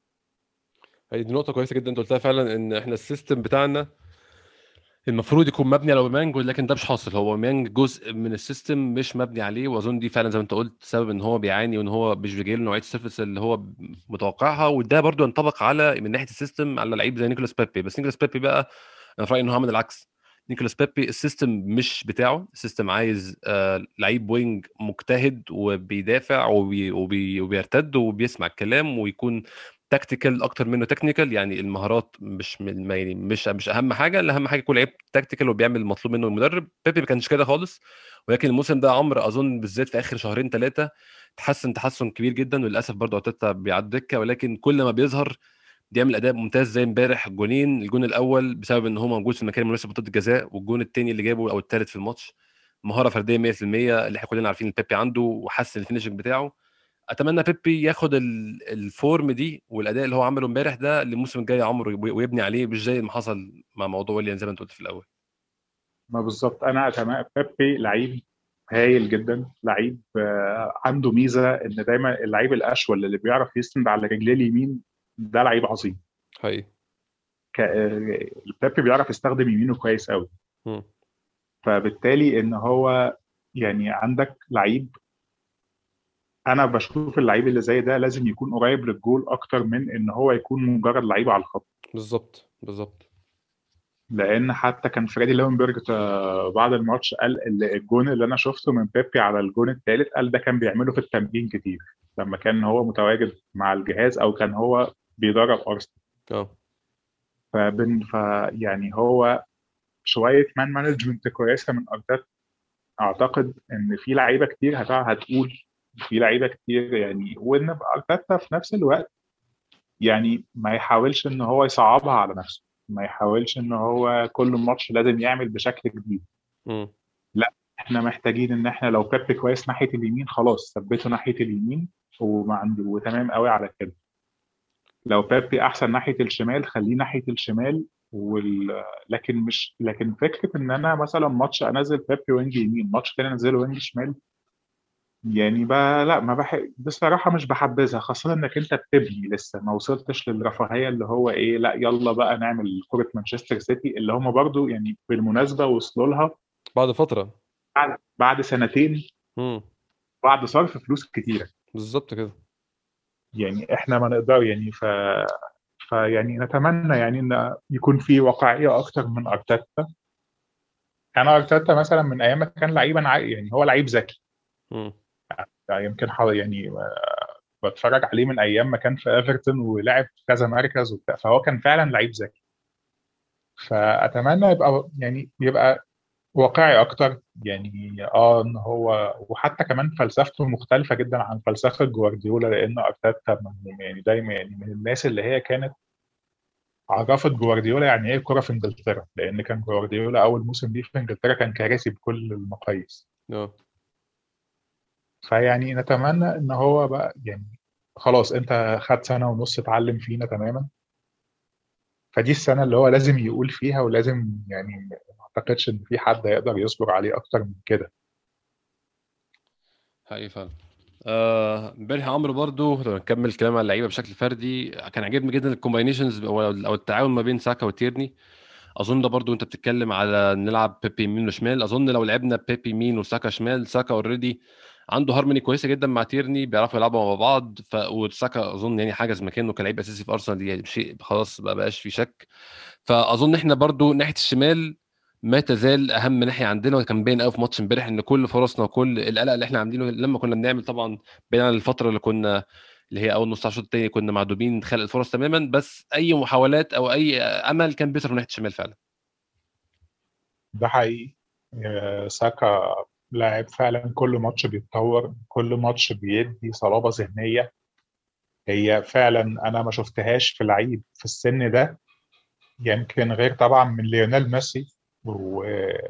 هي دي نقطة كويسة جدا انت قلتها فعلا، ان احنا السيستم بتاعنا المفروض يكون مبني على اوباميانج، لكن ده مش حاصل. هو اوباميانج جزء من السيستم مش مبني عليه، واظن دي فعلا زي ما انت قلت سبب ان هو بيعاني وان هو مش بيجي له نوعية السيرفيس اللي هو متوقعها. وده برضو ينطبق على من ناحية السيستم على لعيب زي نيكولاس بيبي. بس نيكولاس بيبي بقى انا في رايي انه عمل العكس. نيكولاس بيبي السيستم مش بتاعه، السيستم عايز آه لعيب وينج مجتهد وبيدافع وبي وبي وبيرتد وبيسمع الكلام ويكون تكتيكال اكتر منه تكنيكال. يعني المهارات مش من ما- يعني مش مش اهم حاجه، الاهم حاجه يكون لعيب تكتيكال وبيعمل المطلوب منه المدرب. بيبي ما كانش كده خالص، ولكن الموسم ده عمرو اظن بالذات في اخر شهرين ثلاثه تحسن تحسن كبير جدا. وللاسف برضه ارتيتا بيعدي دكه، ولكن كل ما بيظهر بيعمل اداء ممتاز زي امبارح. الجونين، الجون الاول بسبب ان هو موجود في المكان المناسب منطقه الجزاء، والجون الثاني اللي جابه او الثالث في الماتش مهاره فرديه مية في المية اللي احنا كلنا عارفين البيبي عنده، وحسن الفينشنج بتاعه. اتمنى بيبي ياخد ال- الفورم دي والاداء اللي هو عمله امبارح ده للموسم الجاي يا عمرو، ويبني عليه مش زي ما حصل مع موضوع ويليان زي ما انت قلت في الاول. ما بالظبط، انا تمام. بيبي لعيب هايل جدا، لعيب آه، عنده ميزه ان دايما اللعيب الاشول اللي بيعرف يسند على رجليه اليمين ده لعيب عظيم. حقيقي. ك- آه، بيبي بيعرف يستخدم يمينه كويس قوي. مم. فبالتالي ان هو يعني عندك لعيب، انا بشوف اللعيب اللي زي ده لازم يكون قريب للجول اكتر من ان هو يكون مجرد لعيب على الخط. بالظبط بالظبط. لان حتى كان فريدي ليونبرج آه، بعد الماتش قال ال- الجون اللي انا شفته من بيبي على الجون الثالث، قال ده كان بيعمله في التمرين كتير لما كان هو متواجد مع الجهاز او كان هو بيدرب ارسنال. اه فبن ف يعني هو شويه مان مانجمنت كويسه من ارتيتا. اعتقد ان في لعيبه كتير هت- هتقول في لعيبه كتير يعني، وان ارتيتا في نفس الوقت يعني ما يحاولش ان هو يصعبها على نفسه، ما يحاولش ان هو كل ماتش لازم يعمل بشكل جديد. مم. لا، احنا محتاجين ان احنا لو بيب كويس ناحيه اليمين خلاص ثبته ناحيه اليمين وما عنده وتمام قوي على كده. لو بيبي احسن ناحيه الشمال خليه ناحيه الشمال. وال... لكن مش لكن فكره ان انا مثلا ماتش انزل بيبي وينج يمين، ماتش تاني انزله وينج شمال، يعني بقى لا ما بح... بصراحه مش بحبذها، خاصه انك انت بتبني لسه ما وصلتش للرفاهيه اللي هو ايه، لا يلا بقى نعمل كره مانشستر سيتي اللي هم برضو يعني بالمناسبه وصلوا لها بعد فتره. بعد بعد سنتين، مم. بعد صرف فلوس كتيره. بالظبط كده. يعني احنا ما نقدر يعني ف فيعني نتمنى يعني ان يكون في واقعيه اكتر من ارتيتا. انا ارتيتا مثلا من ايام ما كان لعيبا ع- يعني هو لعيب ذكي. مم. يعني يمكن حو- يعني بتفرج عليه من ايام ما كان في ايفرتون ولعب في كذا مركز وبتاع، فهو كان فعلا لعيب ذكي. فاتمنى يبقى يعني يبقى واقعي اكتر يعني. اه ان هو وحتى كمان فلسفته مختلفه جدا عن فلسفه جوارديولا، لان ارتيتا من- يعني دايما يعني من الناس اللي هي كانت عرفت جوارديولا يعني ايه كرة في انجلترا، لان كان جوارديولا اول موسم ليه في انجلترا كان كارثي بكل المقاييس. اه فيعني نتمنى ان هو بقى يعني خلاص انت خد سنة ونص اتعلم فينا تماما، فدي السنة اللي هو لازم يقول فيها، ولازم يعني ما اعتقدش ان في حد يقدر يصبر عليه اكتر من كده. حقيقي فعلا. آه، امبارح يا عمرو برضو لو نكمل كلام على اللعيبه بشكل فردي، كان عاجبني جدا الكومباينيشنز او أو التعاون ما بين ساكا وتيرني. اظن ده برضو انت بتتكلم على نلعب بيبي يمين وشمال، اظن لو لعبنا بيبي يمين وساكا شمال، ساكا اوريدي عنده هارموني كويسه جدا مع تيرني، بيعرفوا يلعبوا مع بعض. ف... وساكا اظن يعني حاجز مكانه كلاعب اساسي في ارسنال، دي شيء خلاص ما بقاش في شك. فاظن احنا برضو ناحيه الشمال ما تزال اهم ناحيه عندنا، وكان باين قوي في ماتش امبارح ان كل فرصنا وكل القلق اللي احنا عاملينه لما كنا بنعمل طبعا، بعيد عن الفتره اللي كنا اللي هي اول نص ساعه الشوط الثاني كنا معدومين خلق الفرص تماما، بس اي محاولات او اي امل كان بيظهر من ناحيه الشمال فعلا. ده حقيقي. آه، ساكا لاعب فعلا كل ماتش بيتطور، كل ماتش بيدي صلابة ذهنية. هي فعلا انا ما شفتهاش في لعيب في السن ده، يمكن غير طبعا من ليونيل ميسي و...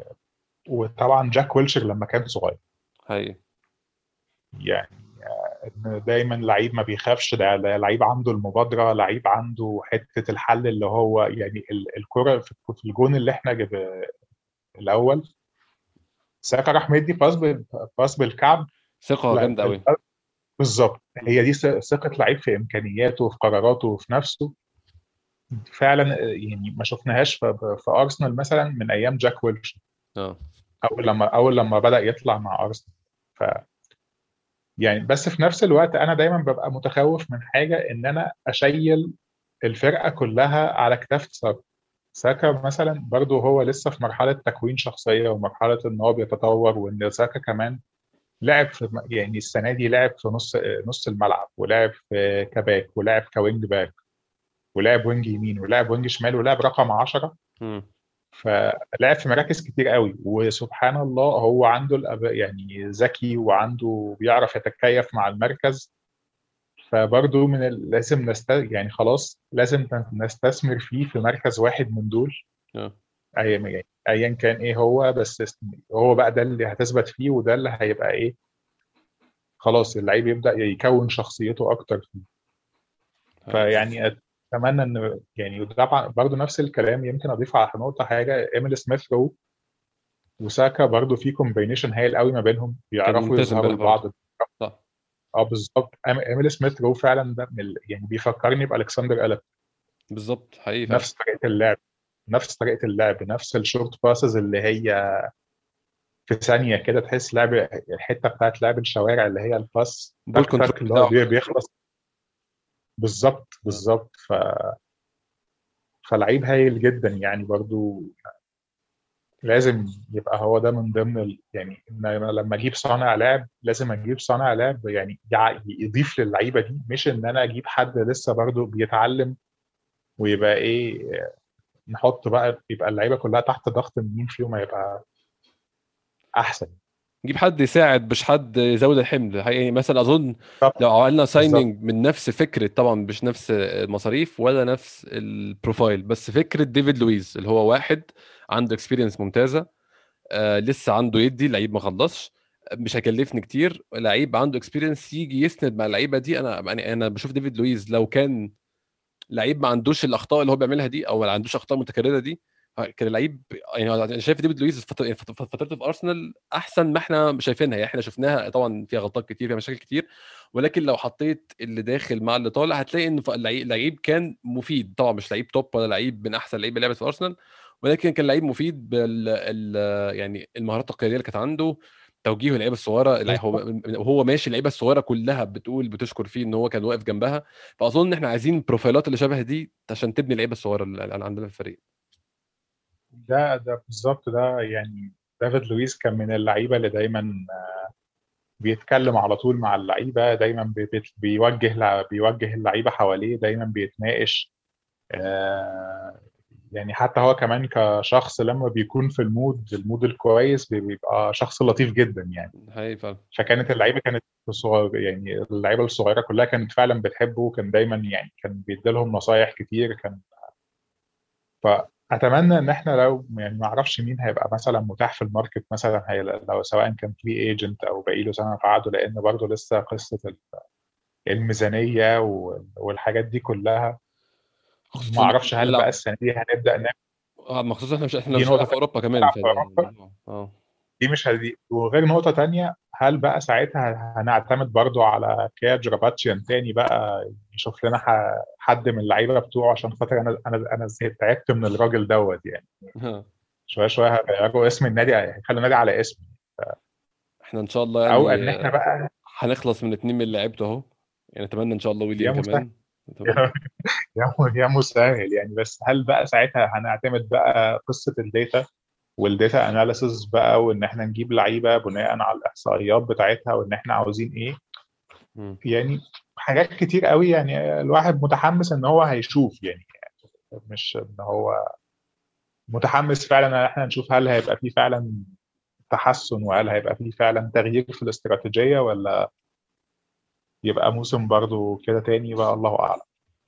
وطبعا جاك ويلشر لما كان صغير. حقيقي. يعني ان دايما لعيب ما بيخافش، ده ده لعيب عنده المبادره، لعيب عنده حته الحل اللي هو يعني ال- الكره في في الجون اللي احنا جب الاول، ساكا راح مدي باس بال- باس بالكعب. ثقه لا جامده قوي. ال- بالظبط، هي دي ث- ثقه لعيب في امكانياته وفي قراراته وفي نفسه. فعلا يعني ما شفناهاش في, في ارسنال مثلا من ايام جاك ويلشر، اه اول لما اول لما بدأ يطلع مع ارسنال. ف يعني بس في نفس الوقت انا دايما ببقى متخوف من حاجه، ان انا اشيل الفرقه كلها على كتاف ساكا. ساكا مثلا برضو هو لسه في مرحله تكوين شخصيه ومرحله ان هو بيتطور، وان ساكا كمان لعب في يعني السنه دي لعب في نص نص الملعب، ولعب في كباك، ولعب كوينج باك، ولعب وينج يمين، ولعب وينج شمال، ولعب رقم عشرة. امم فلعب في مراكز كتير قوي، وسبحان الله هو عنده الأب... يعني ذكي وعنده بيعرف يتكيف مع المركز. فبرضه من ال... لازم نست يعني خلاص لازم نستثمر فيه في مركز واحد من دول، اه ايا يعني ايا كان ايه هو، بس است- هو بقى ده اللي هتثبت فيه وده اللي هيبقى ايه، خلاص اللعيب يبدأ يكون شخصيته اكتر فيه. حقيقي فعلا. فيعني اتمنى ان يعني طبعا برضه نفس الكلام، يمكن اضيف على نقطه حاجه، ايميل سميث رو وساكا برضه في كومبينيشن هايل قوي ما بينهم، كان بيعرفوا ممتاز يظهروا امبارح برضه. لبعض. صح. اه بالظبط، أم- ايميل سميث رو فعلا ده من ال- يعني بيفكرني بالكسندر اليك. بالظبط حقيقي فعلا. نفس طريقه اللعب، نفس طريقه اللعب، نفس الشورت باسز اللي هي في ثانيه كده تحس لعب الحته بتاعت لعب الشوارع اللي هي الباس بول تك كنترول تك اللي هو بتاعه بي- حلو. بيخلص. بالظبط آه. بالظبط ف... فلعيب هايل جدا يعني برضو. لازم يبقى هو ده من ضمن ال... يعني إن أنا لما اجيب صانع لعب لازم اجيب صانع لعب يعني يع- يضيف للعيبه دي، مش ان انا اجيب حد لسه برضو بيتعلم ويبقى ايه، نحط بقى يبقى اللعيبه كلها تحت ضغط ان مين فيهم هيبقى احسن. نجيب حد يساعد مش حد يزود الحمل حقيقي. يعني مثلا اظن بالظبط لو عملنا بالظبط. سايننج من نفس فكره، طبعا مش نفس المصاريف ولا نفس البروفايل، بس فكره ديفيد لويز اللي هو واحد عنده اكسبيرينس ممتازه، آه لسه عنده يدي لعيب ما خلصش، مش هيكلفني كتير، لعيب عنده اكسبيرينس يجي يسند مع اللعيبه دي. انا يعني انا بشوف ديفيد لويز لو كان لعيب ما عندوش الاخطاء اللي هو بيعملها دي او ما عندوش اخطاء متكرره دي، كان لعيب. يعني انا شايف ديفيد لويز فت- يعني فت- فترته في ارسنال احسن ما احنا شايفينها. يعني احنا شفناها طبعا فيها غلطات كتير، فيها مشاكل كتير، ولكن لو حطيت اللي داخل مع اللي طالع هتلاقي ان ف- اللعيب لعيب كان مفيد. طبعا مش لعيب توب ولا لعيب من احسن لعيبه اللي لعبت في ارسنال، ولكن كان لعيب مفيد بال ال... يعني المهارات القياديه اللي كانت عنده، توجيه اللعيبه الصغيره. اللع- هو بالظبط. وهو ماشي اللعيبه الصغيره كلها بتقول بتشكر فيه ان هو كان واقف جنبها. فاظن ان احنا عايزين البروفايلات اللي شبه دي عشان تبني اللعيبه الصغيره اللي اللي عندنا في الفريق. ده ده بالظبط ده يعني دافيد لويس كان من اللعيبه اللي دايما بيتكلم على طول مع اللعيبه، دايما بي- بي- بيوجه لع- بيوجه اللعيبه حواليه، دايما بيتناقش. آه، يعني حتى هو كمان كشخص لما بيكون في المود المود الكويس بي- بيبقى شخص لطيف جدا يعني. حقيقي فعلا. فكانت اللعيبه كانت الصغير يعني اللعيبه الصغيره كلها كانت فعلا بتحبه، وكان دايما يعني كان بيديلهم نصايح كتير. كان فاتمنى ان احنا لو يعني ما اعرفش مين هيبقى مثلا متاح في الماركت مثلا، هي لو سواء كان فري ايجنت او باقي له سنه في عقده، لان برضه لسه قصه الميزانيه وال- والحاجات دي كلها. ما خصوصا ان احنا اعرفش هل بقى بنلعب، السنه دي هنبدا نعمل. آه، مخصوصا احنا مش احنا دي مش نقطه هنلعب في تانية، اوروبا كمان، نلعب في اوروبا، فالموضوع اه. دي مش هدي. وغير نقطه تانية، هل بقى ساعتها هنعتمد برضو على كياج راباتشيان تاني بقى يشوف لنا ح- حد من اللعيبه بتوعه، عشان خاطر انا انا انا زهقت تعبت من الراجل دوت يعني. ها. شويه شويه هيغيروا اسم النادي، هيخلوا النادي على اسم. احنا ان شاء الله او يعني ان احنا بقى هنخلص من اتنين من اللي لعبته اهو. يعني اتمنى ان شاء الله ويليام يا مسهل كمان. اتمنى. يا يا مسهل يعني. بس هل بقى ساعتها هنعتمد بقى قصه الداتا والداتا اناليسز بقى، وان احنا نجيب لعيبه بناء على الاحصائيات بتاعتها وان احنا عاوزين ايه مم. يعني. حاجات كتير قوي يعني، الواحد متحمس ان هو هيشوف يعني، مش ان هو متحمس فعلا ان احنا نشوف هل هيبقى فيه فعلا تحسن، وهل هيبقى فيه فعلا تغيير في الاستراتيجية، ولا يبقى موسم برضو كده تاني بقى، الله اعلم.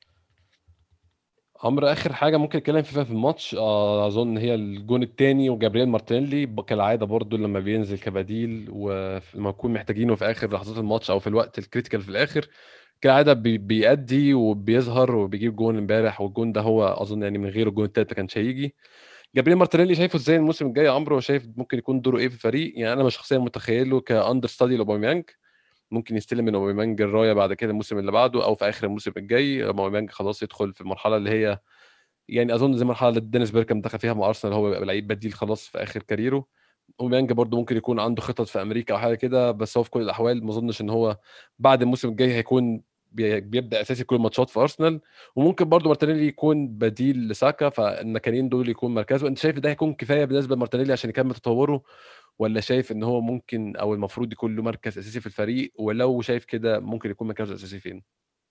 عمرو، اخر حاجه ممكن نتكلم فيها في الماتش آه، اظن هي الجون الثاني وجابرييل مارتينيلي ب- كالعاده برضو لما بينزل كبديل ولما نكون محتاجينه في اخر لحظات الماتش او في الوقت الكريتيكال في الاخر، كالعاده بي- بيأدي وبيظهر وبيجيب جون امبارح. والجون ده هو اظن يعني من غير الجون التالت ما كانش هيجي. جابرييل مارتينيلي شايفه ازاي الموسم الجاي يا عمرو؟ شايف ممكن يكون دوره ايه في الفريق؟ يعني انا شخصيا متخيله كاندر ستادي لاوباميانج، ممكن يستلم من اوباميانج الرايه بعد كده الموسم اللي بعده او في اخر الموسم الجاي لما اوباميانج خلاص يدخل في المرحله اللي هي يعني اظن زي المرحله اللي دينيس بيركام دخل فيها مع ارسنال، هو بيبقى لعيب بديل خلاص في اخر كاريره. اوباميانج برضو ممكن يكون عنده خطط في امريكا او حاجه كده، بس هو في كل الاحوال ما اظنش ان هو بعد الموسم الجاي هيكون بي- بيبدا اساسي كل الماتشات في ارسنال. وممكن برضو مارتينيلي يكون بديل لساكا، فالمكانين دول يكون مركزه. انت شايف ده هيكون كفايه بالنسبه لمارتينيلي عشان يكمل تطوره، ولا شايف ان هو ممكن او المفروض يكون له مركز اساسي في الفريق؟ ولو شايف كده ممكن يكون مركزه الاساسي فين؟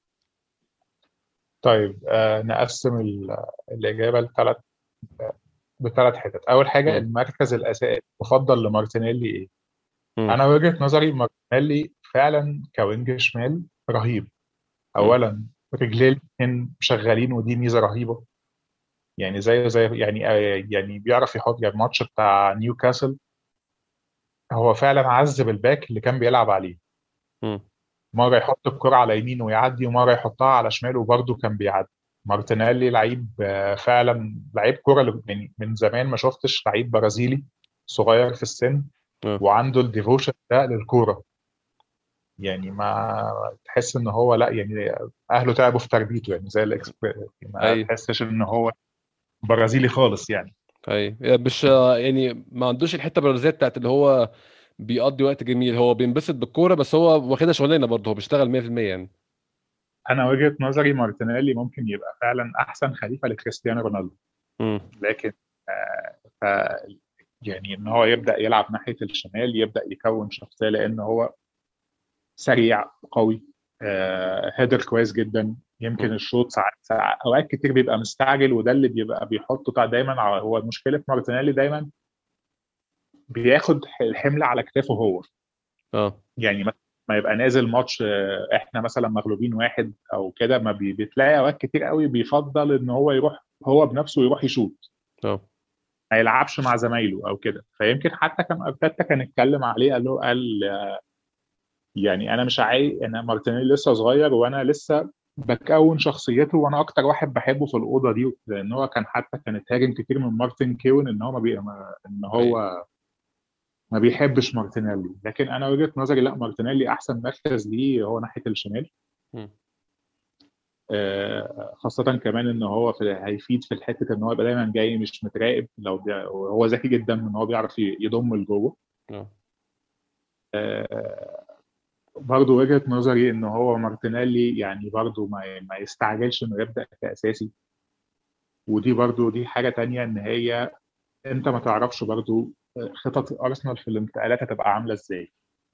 طيب آه نقسم ال- الإجابة لثلاث بثلاث حتت. أول حاجة، مم. المركز الأساسي المفضل لمارتينيلي إيه؟ مم. أنا وجهة نظري مارتينيلي فعلا كوينج شمال رهيب. مم. اولا رجليه الاثنين شغالين ودي ميزه رهيبه. يعني زيه زي يعني آه، يعني بيعرف يحط. يعني الماتش بتاع نيوكاسل هو فعلا عذب الباك اللي كان بيلعب عليه. مم. مره يحط الكرة على يمينه ويعدي، ومره يحطها على شماله وبرده كان بيعدي. مارتينيلي لعيب آه، فعلا لعيب كرة. يعني من زمان ما شفتش لعيب برازيلي صغير في السن آه. وعنده الديفوشن ده للكورة. يعني ما تحس ان هو لا يعني اهله تعبوا في تربيته، يعني زي الاكسبريس. ما اي تحسش ان هو برازيلي خالص يعني. اي يعني مش يعني ما عندوش الحته البرازيليه بتاعت اللي هو بيقضي وقت جميل، هو بينبسط بالكوره، بس هو واخدها شغلانه برضه، هو بيشتغل مية في المية يعني. انا وجهة نظري مارتينيلي ممكن يبقى فعلا احسن خليفة لكريستيانو رونالدو. مم. لكن آه ف يعني ان هو يبدا يلعب ناحيه الشمال، يبدا يكون شخصيه، لان هو سريع قوي، آه هيدر كويس جدا. مم. يمكن الشوط ساعات ساعات اوقات كتير بيبقى مستعجل، وده اللي بيبقى بيحطه طبعا دايما على- هو المشكله في مارتينيلي دايما بياخد الحمل على كتافه هو. اه يعني ما ما يبقى نازل ماتش آه، احنا مثلا مغلوبين واحد او كده، ما بي- بتلاقي اوقات كتير قوي بيفضل ان هو يروح هو بنفسه يروح يشوط، اه ما يلعبش مع زمايله او كده. فيمكن حتى كان ارتيتا كان اتكلم عليه، قال له قال يعني انا مش عايز، انا مارتينيلي لسه صغير وانا لسه بكون شخصيته، وانا اكتر واحد بحبه في الاوضه دي. لان هو كان حتى كان اتهاجم كتير من مارتن كيون ان هو ما بي... ما- ان اي هو ما بيحبش مارتينيلي. لكن انا وجهه نظري لا، مارتينيلي احسن مركز ليه هو ناحيه الشمال. مم. آه، خاصة كمان ان هو في هيفيد في الحتة ان هو يبقى دايما جاي مش متراقب. لو بي... هو ذكي جدا ان هو بيعرف يضم لجوه. اه آه، برضه وجهة نظري ان هو مارتينيلي يعني برضه ما ما يستعجلش انه يبدأ كأساسي. ودي برضه دي حاجة تانية، ان هي انت ما تعرفش برضه خطط ارسنال في الانتقالات هتبقى عاملة ازاي.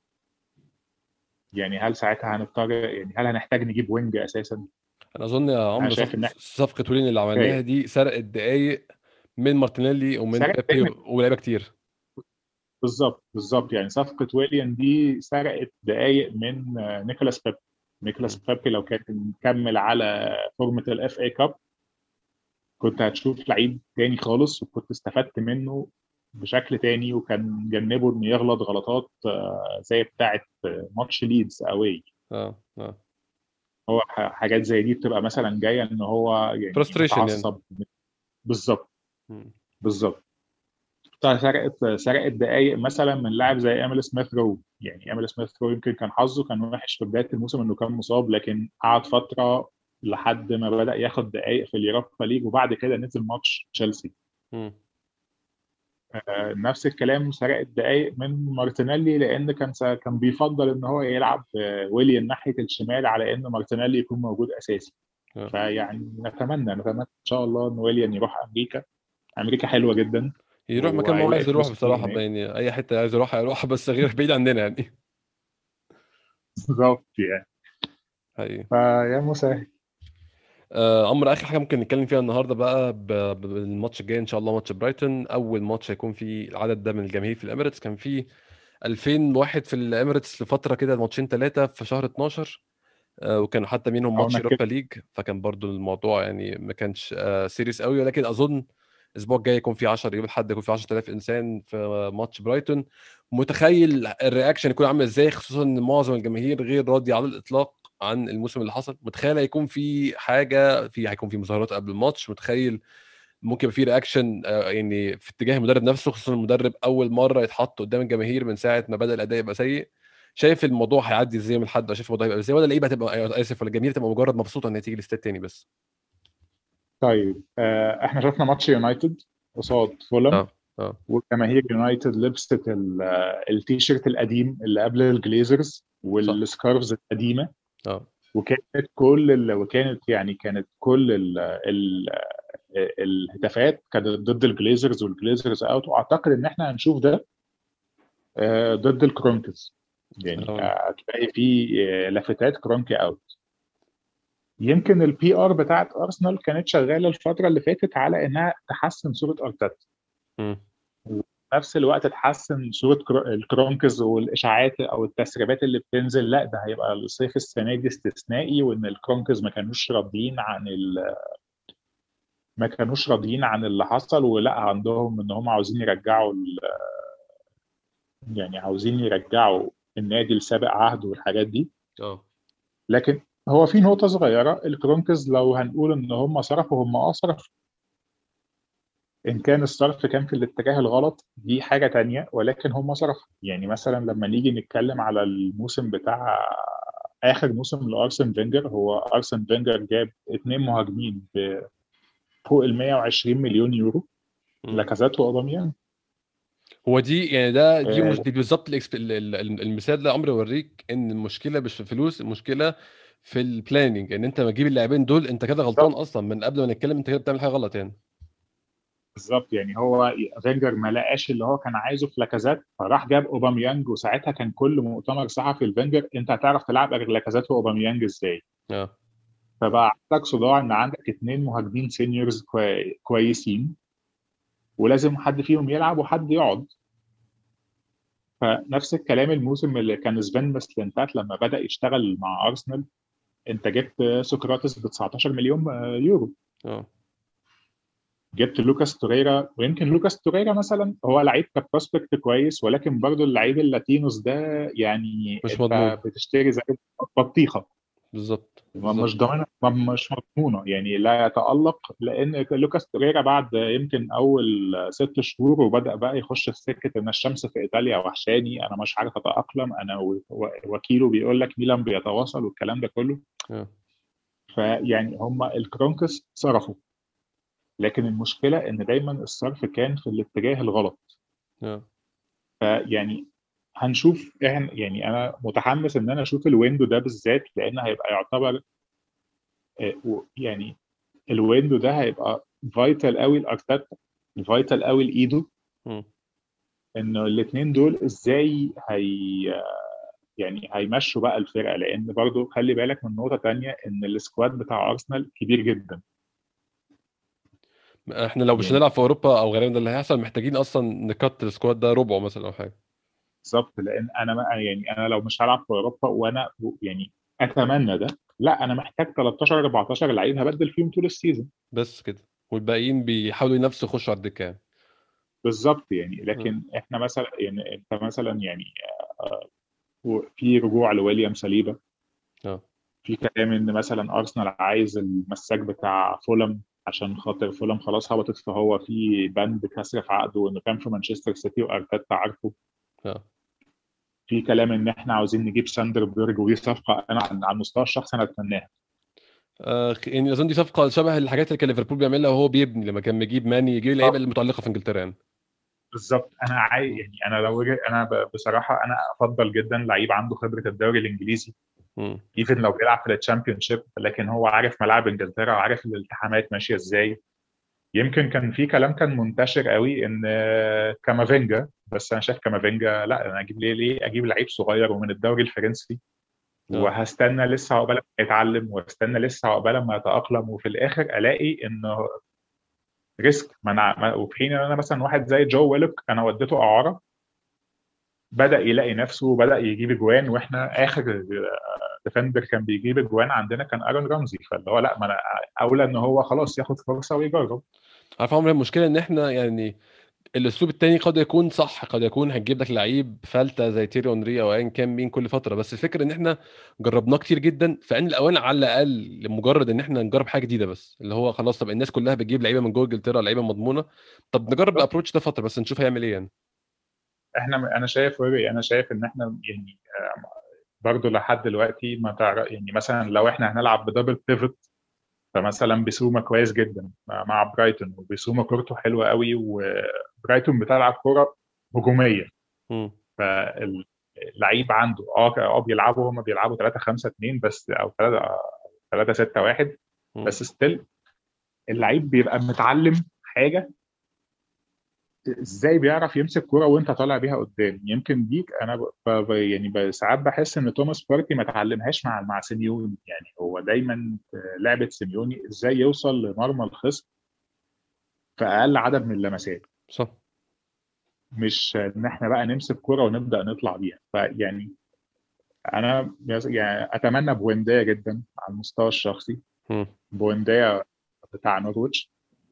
يعني هل ساعتها هنضطر، يعني هل هنحتاج نجيب وينج اساسا؟ انا اظن يا انا عمرو شايف صفقه ان احنا صفقه ولين اللي عملناها كفايه دي سرقت دقايق من مارتينيلي ومن سرقت بيبي دايما. ولاعيبه كتير. بالظبط بالظبط، يعني صفقة ويليان دي سرقت دقايق من آه، نيكولاس بيب. نيكولاس مم. بيب لو كان مكمل على فورمة الاف اي كاب كنت هتشوف لعيب تاني خالص، وكنت استفدت منه بشكل تاني، وكان جنبه انه يغلط غلطات آه، زي بتاعه آه، ماتش ليدز اوي. اه اه هو ح- حاجات زي دي بتبقى مثلا جايه ان هو يعني فرستريشن يعني. متعصب. بالظبط مم. بالظبط. سرقت سرقت دقائق مثلا من لاعب زي ايميل سميث رو. يعني ايميل سميث رو يمكن كان حظه كان وحش في بدايه الموسم انه كان مصاب، لكن قعد فتره لحد ما بدأ ياخد دقائق في اليوروبا ليج، وبعد كده نزل ماتش تشيلسي. مم. آه، نفس الكلام سرق الدقايق من مارتينيلي، لان كان كان بيفضل ان هو يلعب آه، ويليان ناحيه الشمال على ان مارتينيلي يكون موجود اساسي. اه فيعني نتمنى نتمنى ان شاء الله ان ويليان يروح امريكا. امريكا حلوه جدا يروح مكان ما هو وهيلاقي عايز يروح فلوس كتير بصراحه، هناك. يعني اي حته عايز يروح هيروح، بس غير بعيد عننا يعني. بالظبط يعني. حقيقي. فيا مسهل. آه عمرو، اخر حاجه ممكن نتكلم فيها النهارده بقى ب- ب- بالماتش الجاي ان شاء الله، ماتش برايتون، اول ماتش هيكون فيه العدد ده من الجماهير في الاميريتس. كان فيه ألفين واحد في الاميريتس لفتره كده، ماتشين ثلاثه في شهر اتناشر، آه وكانوا حتى منهم او ماتش نكد. يوروبا ليج، فكان برضو الموضوع يعني ما كانش آه سيريس قوي. ولكن اظن الاسبوع الجاي يكون في عشرة، يوم الاحد يكون في عشرة آلاف انسان في ماتش برايتون. متخيل الرياكشن يكون عامل ازاي، خصوصا ان معظم الجماهير غير راضيه على الاطلاق عن الموسم اللي حصل. متخيل هيكون في حاجه، في هيكون في مظاهرات قبل الماتش. متخيل ممكن يبقى في رياكشن آه، يعني في اتجاه المدرب نفسه، خصوصا المدرب اول مره يتحط قدام الجماهير من ساعه ما بدا الاداء يبقى سيء. شايف الموضوع هيعدي ازاي من حد؟ شايف الموضوع هيبقى ازاي؟ ولا اللعيبه هتبقى، اسف، ولا الجماهير تبقى مجرد مبسوطه ان هي تيجي الاستاد تاني بس؟ طيب آه، احنا شفنا ماتش يونايتد قصاد فولهام، اه اه وجماهير يونايتد لبست ال- آه، التيشيرت القديم اللي قبل الجليزرز صح والسكارفز القديمه. اه وكانت كل ال... وكانت يعني كانت كل ال... ال... الهتافات كانت ضد الجليزرز والجليزرز اوت. واعتقد ان احنا هنشوف ده آه، ضد الكرونكز. يعني اه آه، هتلاقي في آه، لافتات كرونكي اوت. يمكن البي ار بتاعت ارسنال كانت شغاله الفتره اللي فاتت على انها تحسن صوره ارتيتا. مم. نفس الوقت تحسن صوره كرو- الكرونكز والاشاعات او التسريبات اللي بتنزل، لا ده هيبقى الصيف السنه دي استثنائي، وان الكرونكز ما كانوش راضيين عن ال... ما كانوش راضيين عن اللي حصل، ولا عندهم ان هم عاوزين يرجعوا ال... يعني عاوزين يرجعوا النادي لسابق عهده والحاجات دي. اه لكن هو في نقطة صغيرة، الكرونكز لو هنقول ان هم صرفوا، هم اه صرفوا. ان كان الصرف كان في الاتجاه الغلط دي حاجة تانية، ولكن هم صرفوا. يعني مثلا لما نيجي نتكلم على الموسم بتاع اخر موسم لارسن فينجر، هو ارسن فينجر جاب اتنين مهاجمين فوق ال مية وعشرين مليون يورو، مم. لاكازيت واوباميانج. هو دي يعني ده دي آه، مش دي بالظبط الإكسب- ال- ال- ال- المثال ده عمري اوريك ان المشكله مش في الفلوس، المشكله في البلاننج، ان انت ما تجيب اللاعبين دول انت كده غلطان بالظبط. اصلا من قبل ما نتكلم، انت كده بتعمل حاجه غلط يعني. بالظبط يعني هو فينجر ما لقاش اللي هو كان عايزه في لاكازيت، فراح جاب اوباميانج، وساعتها كان كل مؤتمر صحفي الفينجر انت هتعرف تلعب غير لاكازيت واوباميانج ازاي؟ اه فبقى عندك صداع ان عندك اتنين مهاجمين سينيورز كوي... كويسين، ولازم حد فيهم يلعب وحد يقعد. فنفس الكلام الموسم اللي كان سفين مسلنتات لما بدأ يشتغل مع ارسنال، انت جبت سقراطس ب تسعتاشر مليون يورو، اه جبت لوكاس توريرا، ويمكن لوكاس توريرا مثلا هو لعيب كبروسبكت كويس، ولكن برضه اللعيب اللاتينوس ده يعني مش انت مضمون. بتشتري زي بطيخه، بالظبط ما- بالظبط. مش ضامنه، ما- مش مضمونه يعني، لا يتالق. لان لوكاس توريرا بعد يمكن اول ست شهور وبدا بقى يخش في سكه ان الشمس في ايطاليا وحشاني، انا مش عارف اتاقلم، انا و- و- وكيله بيقول لك ميلان بيتواصل والكلام ده كله. اه فيعني هم الكرونكس صرفوا، لكن المشكله ان دايما الصرف كان في الاتجاه الغلط. اه فيعني هنشوف احنا، يعني انا متحمس ان انا اشوف الويندو ده بالذات، لان هيبقى يعتبر آه، و- يعني الويندو ده هيبقى فايتال قوي لارتيتا، فايتال قوي لايدو، مم. انه الاثنين دول ازاي هي يعني هيمشوا بقى الفرقه. لان برضو خلي بالك من نقطه تانية، ان السكواد بتاع ارسنال كبير جدا. احنا لو مش يعني هنلعب في اوروبا او غالبا ده اللي هيحصل، محتاجين اصلا نكت السكواد ده ربعه مثلا او حاجه. بالظبط، لان انا ما يعني انا لو مش هلعب في اوروبا وانا يعني اتمنى ده، لا انا محتاج تلتاشر اربعتاشر لعيب هبدل فيهم طول السيزون. بس كده، والباقيين بيحاولوا ينافسوا يخشوا على الدكه يعني. بالظبط يعني، اه لكن احنا مثلا يعني انت مثلا يعني في رجوع لويليام سليبا، اه في كلام ان مثلا ارسنال عايز المساك بتاع فولم عشان خاطر فولم خلاص هبطت، فهو في بند كسر في عقده وانه كان في مانشستر سيتي وارتيتا عارفه. اه في كلام ان احنا عاوزين نجيب ساندر بيرج، ودي صفقه انا عن- على المستوى الشخصي انا اتمناها. آه، يعني اظن دي صفقه شبه الحاجات اللي كان ليفربول بيعملها وهو بيبني، لما كان بيجيب ماني، يجيب اللعيبه المتالقه في انجلترا يعني. بالظبط، انا عاي مم. يعني انا لو وجه انا ب- بصراحه انا افضل جدا لعيب عنده خبره الدوري الانجليزي، مم. ايفن لو بيلعب في التشامبيون شيب، لكن هو عارف ملاعب انجلترا وعارف الالتحامات ماشيه ازاي. يمكن كان في كلام كان منتشر قوي ان آه، كامافينجا، بس انا شايف كامافينجا لا، انا اجيب ليه ليه اجيب لعيب صغير ومن الدوري الفرنسي، اه وهستنى لسه عقبال ما يتعلم، واستنى لسه عقبال ما يتاقلم، وفي الاخر الاقي انه ريسك. ما انا ما- وفي حين ان انا مثلا واحد زي جو ويلوك انا وديته اعاره، بدأ يلاقي نفسه وبدأ يجيب اجوان، واحنا اخر ديفندر كان بيجيب اجوان عندنا كان ارون رمزي، فاللي هو لا، ما انا اولى ان هو خلاص ياخد فرصه ويجرب. عارف عمر، المشكله ان احنا يعني الاسلوب التاني قد يكون صح، قد يكون هتجيب لك لعيب فلتة زي تيري اونري او ايا كان مين كل فتره، بس الفكره ان احنا جربناه كتير جدا، فان الاوان على الاقل لمجرد ان احنا نجرب حاجه جديده، بس اللي هو خلاص طب الناس كلها بتجيب لعيبه من جوه انجلترا، لعيبه مضمونه، طب نجرب بالظبط. الابروتش ده فتره بس نشوف هيعمل ايه يعني. احنا انا شايف انا شايف ان احنا يعني برضه لحد دلوقتي ما تعرف، يعني مثلا لو احنا هنلعب بدبل بيفوت، فمثلا بيسوما كويس جدا مع مع برايتون، وبيسوما كورته حلوه قوي، وبرايتون بتلعب كوره هجوميه. امم فاللعيب عنده اه اه بيلعبوا هم بيلعبوا ثلاثة خمسة اتنين بس، او ثلاثة ثلاثة ستة واحد، امم بس ستيل اللعيب بيبقى متعلم حاجه، ازاي بيعرف يمسك كرة وانت طالع بيها قدام. يمكن دي انا ب... ب... يعني ب... ساعات بحس ان توماس بارتي ما اتعلمهاش مع مع سيميوني. يعني هو دايما في لعبة سيميوني ازاي يوصل لمرمى الخصم في اقل عدد من اللمسات. صح. مش ان احنا بقى نمسك كرة ونبدا نطلع بيها. فيعني انا يعني اتمنى بوينديا جدا على المستوى الشخصي. مم. بوينديا بتاع نورويتش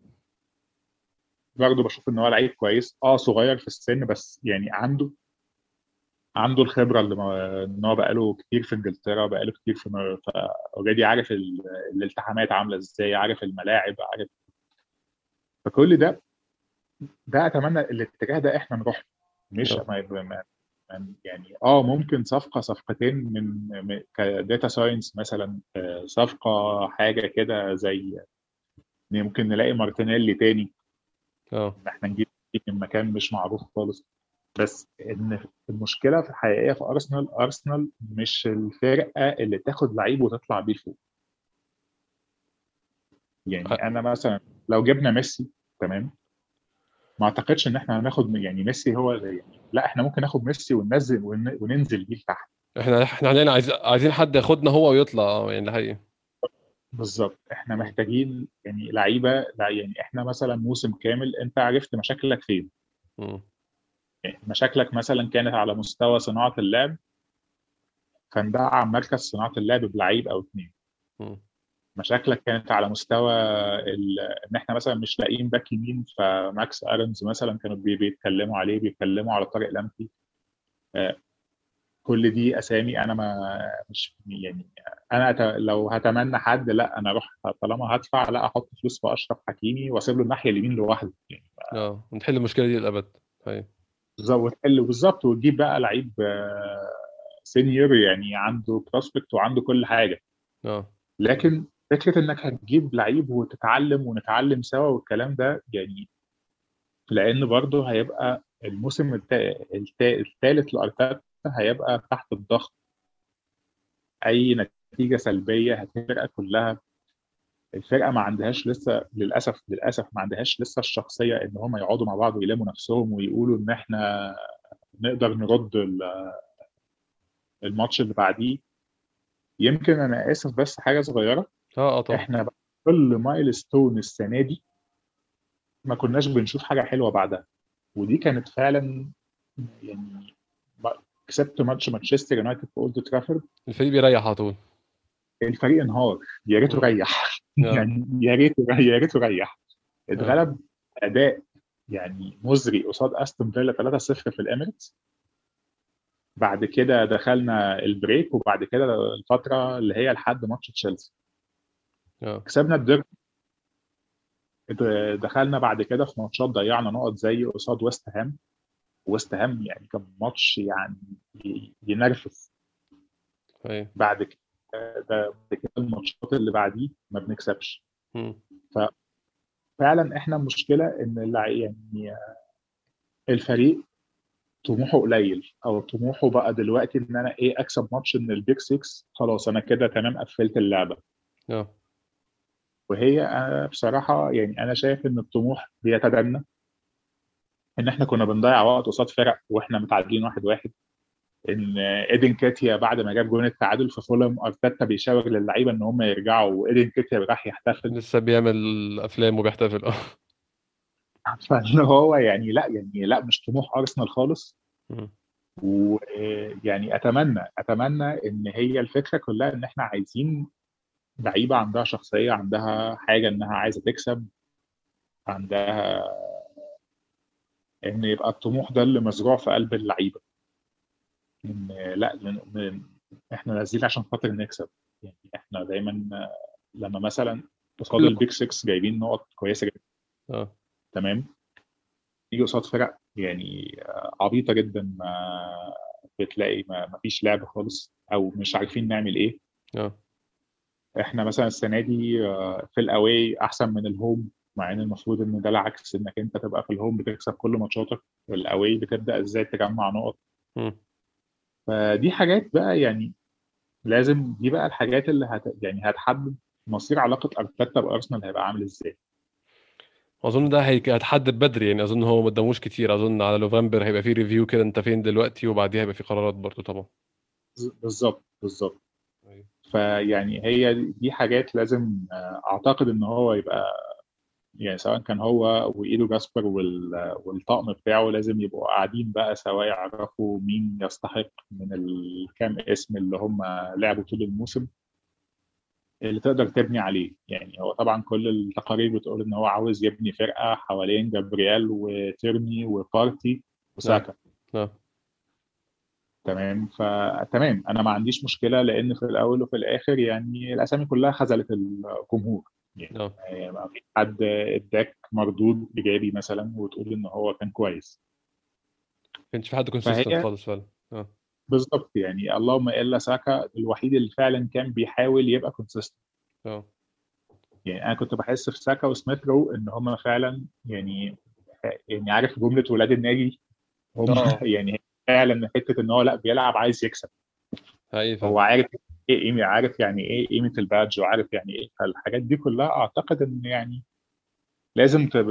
برضه بشوف ان هو لعيب كويس، اه صغير في السن، بس يعني عنده عنده الخبره اللي ما- ان هو بقاله كتير في انجلترا، بقاله كتير في اوريدي، عارف ال- الالتحامات عامله ازاي، عارف الملاعب، عارف. فكل ده ده اتمنى الاتجاه ده احنا نروح. مش اه ما يبقى- ما ما- يعني اه ممكن صفقه صفقتين من من- كداتا ساينس مثلا، آه، صفقه حاجه كده زي ممكن نلاقي مارتينيلي تاني، اه ان احنا نجيب من مكان مش معروف خالص. بس ان المشكله في الحقيقيه في ارسنال، ارسنال مش الفرقه اللي تاخد لعيب وتطلع بيه فوق. يعني ع- انا مثلا لو جبنا ميسي، تمام، ما اعتقدش ان احنا هناخد يعني ميسي هو يعني، لا احنا ممكن ناخد ميسي وننزل ون- وننزل بيه لتحت. احنا احنا عندنا عايز... عايزين حد ياخدنا هو ويطلع، اه يعني ده حقيقي. بالظبط، احنا مم. محتاجين يعني لعيبه، لا يعني احنا مثلا موسم كامل انت عرفت مشاكلك فين. مم. يعني مشاكلك مثلا كانت على مستوى صناعه اللعب، فندعم مركز صناعه اللعب بلعيب او اثنين. مم. مشاكلك كانت على مستوى ال... ان احنا مثلا مش لاقيين باك يمين، فماكس ارنز مثلا كانوا بي- بيتكلموا عليه، بيتكلموا على طارق لمتي. آه، كل دي اسامي انا ما مش يعني، انا أت... لو هتمنى حد، لا انا اروح طالما هدفع، لا احط فلوس في اشرف حكيمي واسيب له الناحيه اليمين لوحده يعني. اه ونحل المشكله دي للابد. هي بالظبط، وتحل بالظبط، وتجيب بقى لعيب سينيور يعني عنده بروسبكت وعنده كل حاجه. اه لكن فكره انك هتجيب لعيب وتتعلم ونتعلم سوا والكلام ده يعني، لان برضه هيبقى الموسم الثالث لارتيتا هيبقى تحت الضغط. اي نتيجه سلبيه هتفرق كلها. الفرقه ما عندهاش لسه، للاسف للاسف ما عندهاش لسه الشخصيه ان هم يقعدوا مع بعض ويلموا نفسهم ويقولوا ان احنا نقدر نرد ال- الماتش اللي بعديه. يمكن انا اسف بس حاجه صغيره، اه اه طبعا. احنا بقى كل مايلستون السنه دي ما كناش بنشوف حاجه حلوه بعدها. ودي كانت فعلا يعني، كسبت ماتش مانشستر يونايتد في اولد ترافورد، الفريق بيريح على طول. الفريق انهار، يا ريته مم. ريح اه يعني يا ريته يا ريته ريح. اه اتغلب اداء يعني مزري قصاد استون فيلا ثلاثة صفر في الاميريتس. بعد كده دخلنا البريك، وبعد كده الفتره اللي هي لحد ماتش تشيلسي اه كسبنا الديربي. دخلنا بعد كده في ماتشات ضيعنا نقط زي قصاد ويست هام. ويست هام يعني كان ماتش يعني ينرفز. هي بعد كده ده بعد كده الماتشات اللي بعديه ما بنكسبش. مم. ففعلا احنا المشكله ان اللع- يعني الفريق طموحه قليل، او طموحه بقى دلوقتي ان انا ايه اكسب ماتش من البيج ستة، خلاص انا كده تمام قفلت اللعبه. اه وهي أنا بصراحه يعني انا شايف ان الطموح بيتدنى، ان احنا كنا بنضيع وقت قصاد فرق واحنا متعادلين واحد واحد. ان ايدن كاتيا بعد ما جاب جون التعادل في فولم، ارتيتا بيشاور للعيبه ان هم يرجعوا، وايدن كاتيا راح يحتفل. لسه بيعمل افلام وبيحتفل اه. فان هو يعني لا يعني لا مش طموح ارسنال خالص. مم. ويعني اتمنى اتمنى ان هي الفكره كلها ان احنا عايزين لعيبه عندها شخصيه، عندها حاجه انها عايزه تكسب، عندها ان يبقى الطموح ده اللي مزروع في قلب اللعيبه. ان لا إن احنا نازلين عشان خاطر نكسب. يعني احنا دايما لما مثلا قصاد كل البيج ستة جايبين نقط كويسه جدا، اه تمام، يجي قصاد فرق يعني عبيطه جدا، ما بتلاقي ما ما فيش لعب خالص او مش عارفين نعمل ايه. اه احنا مثلا السنه دي آه، في الاواي احسن من الهوم، مع ان المفروض ان ده العكس، انك انت تبقى في الهوم بتكسب كل ماتشاتك، والاواي بتبدا ازاي تجمع نقط. مم. فدي حاجات بقى يعني لازم، دي بقى الحاجات اللي هت يعني هتحدد مصير علاقه ارتيتا بارسنال هيبقى عامل ازاي. اظن ده هيك- هيتحدد بدري يعني. اظن هو ما قداموش كتير، اظن على نوفمبر هيبقى فيه ريفيو كده انت فين دلوقتي، وبعديها هيبقى فيه قرارات برضو طبعا. بالظبط بالظبط. أيوة. فيعني هي دي حاجات لازم، آه، اعتقد ان هو يبقى يعني سواء كان هو وايدو جاسبر وال- والطقم بتاعه لازم يبقوا قاعدين بقى سوا يعرفوا مين يستحق من الكام اسم اللي هم لعبوا طول الموسم اللي تقدر تبني عليه. يعني هو طبعا كل التقارير بتقول ان هو عاوز يبني فرقه حوالين جابرييل وتيرني وبارتي اه وساكا. اه تمام، فتمام انا ما عنديش مشكله، لان في الاول وفي الاخر يعني الاسامي كلها خذلت الجمهور. يعني اه آه، ما في حد اداك مردود ايجابي مثلا وتقول ان هو كان كويس. كانش في حد كونسيستنت فهي خالص فعلا. اه بالظبط، يعني اللهم الا ساكا الوحيد اللي فعلا كان بيحاول يبقى كونسيستنت. اه يعني انا كنت بحس في ساكا وسميث رو ان هم فعلا يعني يعني عارف جمله ولاد النادي هم اه يعني فعلا حته ان هو لا بيلعب عايز يكسب. حقيقي فعلا. هو عارف ايه قيمه، عارف يعني ايه قيمه البادج، وعارف يعني ايه. فالحاجات دي كلها اعتقد ان يعني لازم تب...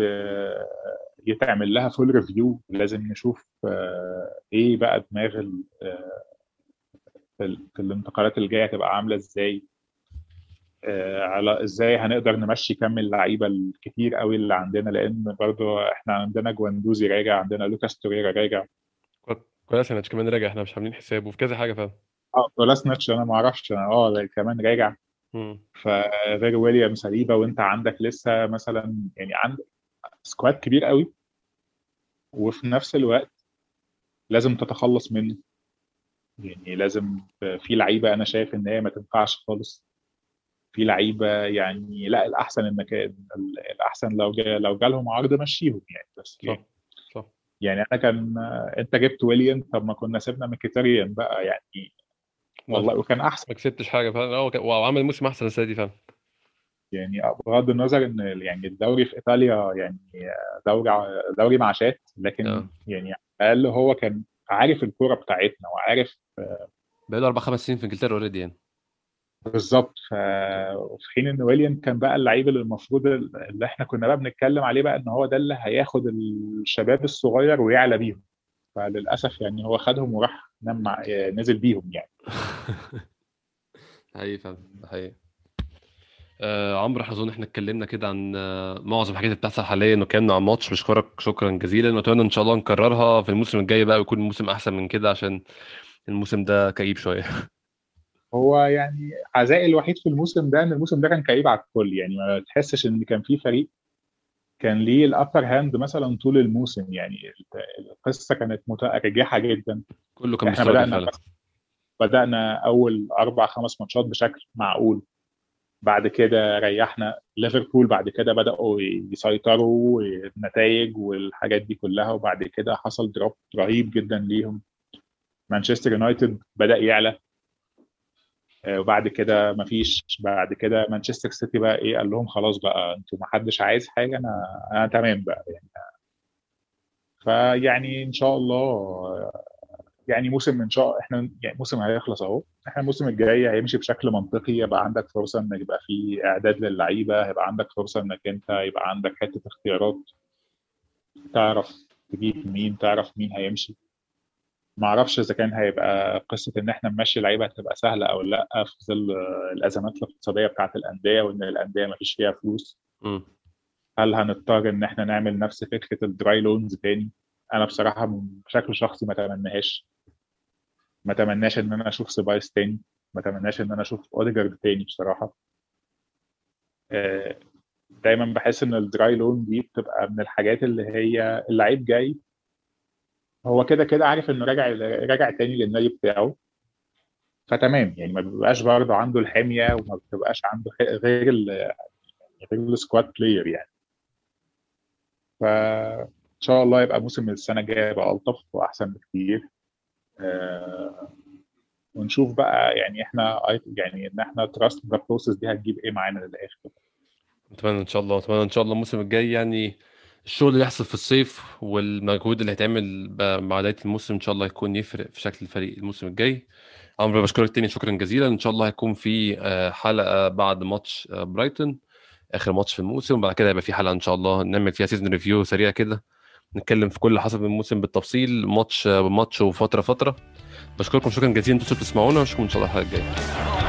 يتعمل لها فول ريفيو. لازم نشوف آه، ايه بقى دماغ ال- آه، في ال- في الانتقالات الجايه هتبقى عامله ازاي. آه، على ازاي هنقدر نمشي كم اللعيبه الكتير قوي اللي عندنا، لان برضو احنا عندنا جواندوزي راجع، عندنا لوكاس توريرا راجع. كويس انا كمان راجع، احنا مش عاملين حسابه في كذا حاجه فعلا. اه بولاسنيتش انا ما اعرفش انا اه كمان راجع. مم. فغير ويليام سليبا، وانت عندك لسه مثلا يعني عندك سكواد كبير قوي، وفي نفس الوقت لازم تتخلص منه. يعني لازم في لعيبه انا شايف ان هي ما تنفعش خالص. في لعيبه يعني لا، الاحسن انك الاحسن لو جا لو جالهم عرض مشيهم يعني. بس صح يعني صح. يعني انا كان انت جبت ويليام، طب ما كنا سيبنا ميكيتاريان بقى يعني. ما والله وكان احسن. ما كسبتش حاجه فعلا. اه كان- وعمل موسم احسن السنه دي فعلا. يعني بغض النظر ان يعني الدوري في ايطاليا يعني دوري دوري معاشات، لكن اه يعني على الاقل هو كان عارف الكوره بتاعتنا وعارف. بقاله اربع خمس سنين في انجلترا اوريدي يعني. بالظبط. ف- في حين ان ويليام كان بقى اللعيب اللي المفروض اللي احنا كنا بقى بنتكلم عليه بقى ان هو ده اللي هياخد الشباب الصغير ويعلى بيهم. فللاسف يعني هو خدهم وراح نام مع نزل بيهم يعني. حقيقي فعلا ده حقيقي. آه عمرو، احنا اظن احنا اتكلمنا كده عن آه معظم الحاجات اللي بتحصل حاليا، واتكلمنا عن ماتش. بشكرك شكرا جزيلا، واتمنى ان شاء الله نكررها في الموسم الجاي بقى، ويكون الموسم احسن من كده، عشان الموسم ده كئيب شويه. هو يعني عزائي الوحيد في الموسم ده ان الموسم ده كان كئيب على الكل. يعني ما تحسش ان كان في فريق كان ليه الابر هاند مثلا طول الموسم. يعني القصه كانت متأرجحه جدا. كله كان احنا بيستراجل بدأنا فعلا. بدأنا اول اربع خمس ماتشات بشكل معقول، بعد كده ريحنا ليفربول، بعد كده بدأوا يسيطروا النتائج والحاجات دي كلها، وبعد كده حصل دروب رهيب جدا ليهم. مانشستر يونايتد بدأ يعلى، آه، وبعد كده مفيش. بعد كده مانشستر سيتي بقى ايه، قال لهم خلاص بقى انتوا ما حدش عايز حاجه، انا انا تمام بقى يعني. فيعني ان شاء الله يعني موسم ان شاء احنا يعني موسم هيخلص اهو. احنا الموسم الجاي هيمشي بشكل منطقي، يبقى عندك فرصه انك يبقى في اعداد للعيبه، هيبقى عندك فرصه انك انت يبقى عندك حته اختيارات، تعرف تجيب مين، تعرف مين هيمشي. ما اعرفش اذا كان هيبقى قصه ان احنا نمشي لعيبه هتبقى سهله او لا في ظل الازمات الاقتصاديه بتاعت الانديه، وان الانديه ما فيش فيها فلوس. امم هل هنضطر ان احنا نعمل نفس فكره الدراي لونز تاني؟ انا بصراحه بشكل شخصي ما اتمناهاش. ما اتمناش ان انا اشوف سيبايس تاني، ما اتمناش ان انا اشوف اوديجارد تاني بصراحه. آه، دايما بحس ان الدراي لون دي بتبقى من الحاجات اللي هي اللعيب جاي هو كده كده عارف انه راجع راجع تاني للنادي بتاعه، فتمام يعني ما بيبقاش برضه عنده الحميه، وما بتبقاش عنده ح- غير ال غير السكواد بلاير يعني. فان شاء الله يبقى موسم السنه الجايه يبقى الطف واحسن بكتير. آه، ونشوف بقى يعني احنا يعني ان احنا تراست ذا بروسيس دي هتجيب ايه معانا للاخر. اتمنى ان شاء الله، اتمنى ان شاء الله الموسم الجاي يعني الشغل اللي يحصل في الصيف والمجهود اللي هيتعمل ب- مع بدايه الموسم ان شاء الله يكون يفرق في شكل الفريق الموسم الجاي. عمرو بشكرك تاني شكرا جزيلا. ان شاء الله هيكون في آه، حلقه بعد ماتش آه، برايتون، اخر ماتش في الموسم، وبعد كده هيبقى في حلقه ان شاء الله نعمل فيها سيزون ريفيو سريع كده، نتكلم في كل اللي حصل في الموسم بالتفصيل، ماتش بماتش وفتره فتره. بشكركم شكرا جزيلا انتوا بتسمعونا، واشوفكم ان شاء الله الحلقه الجايه.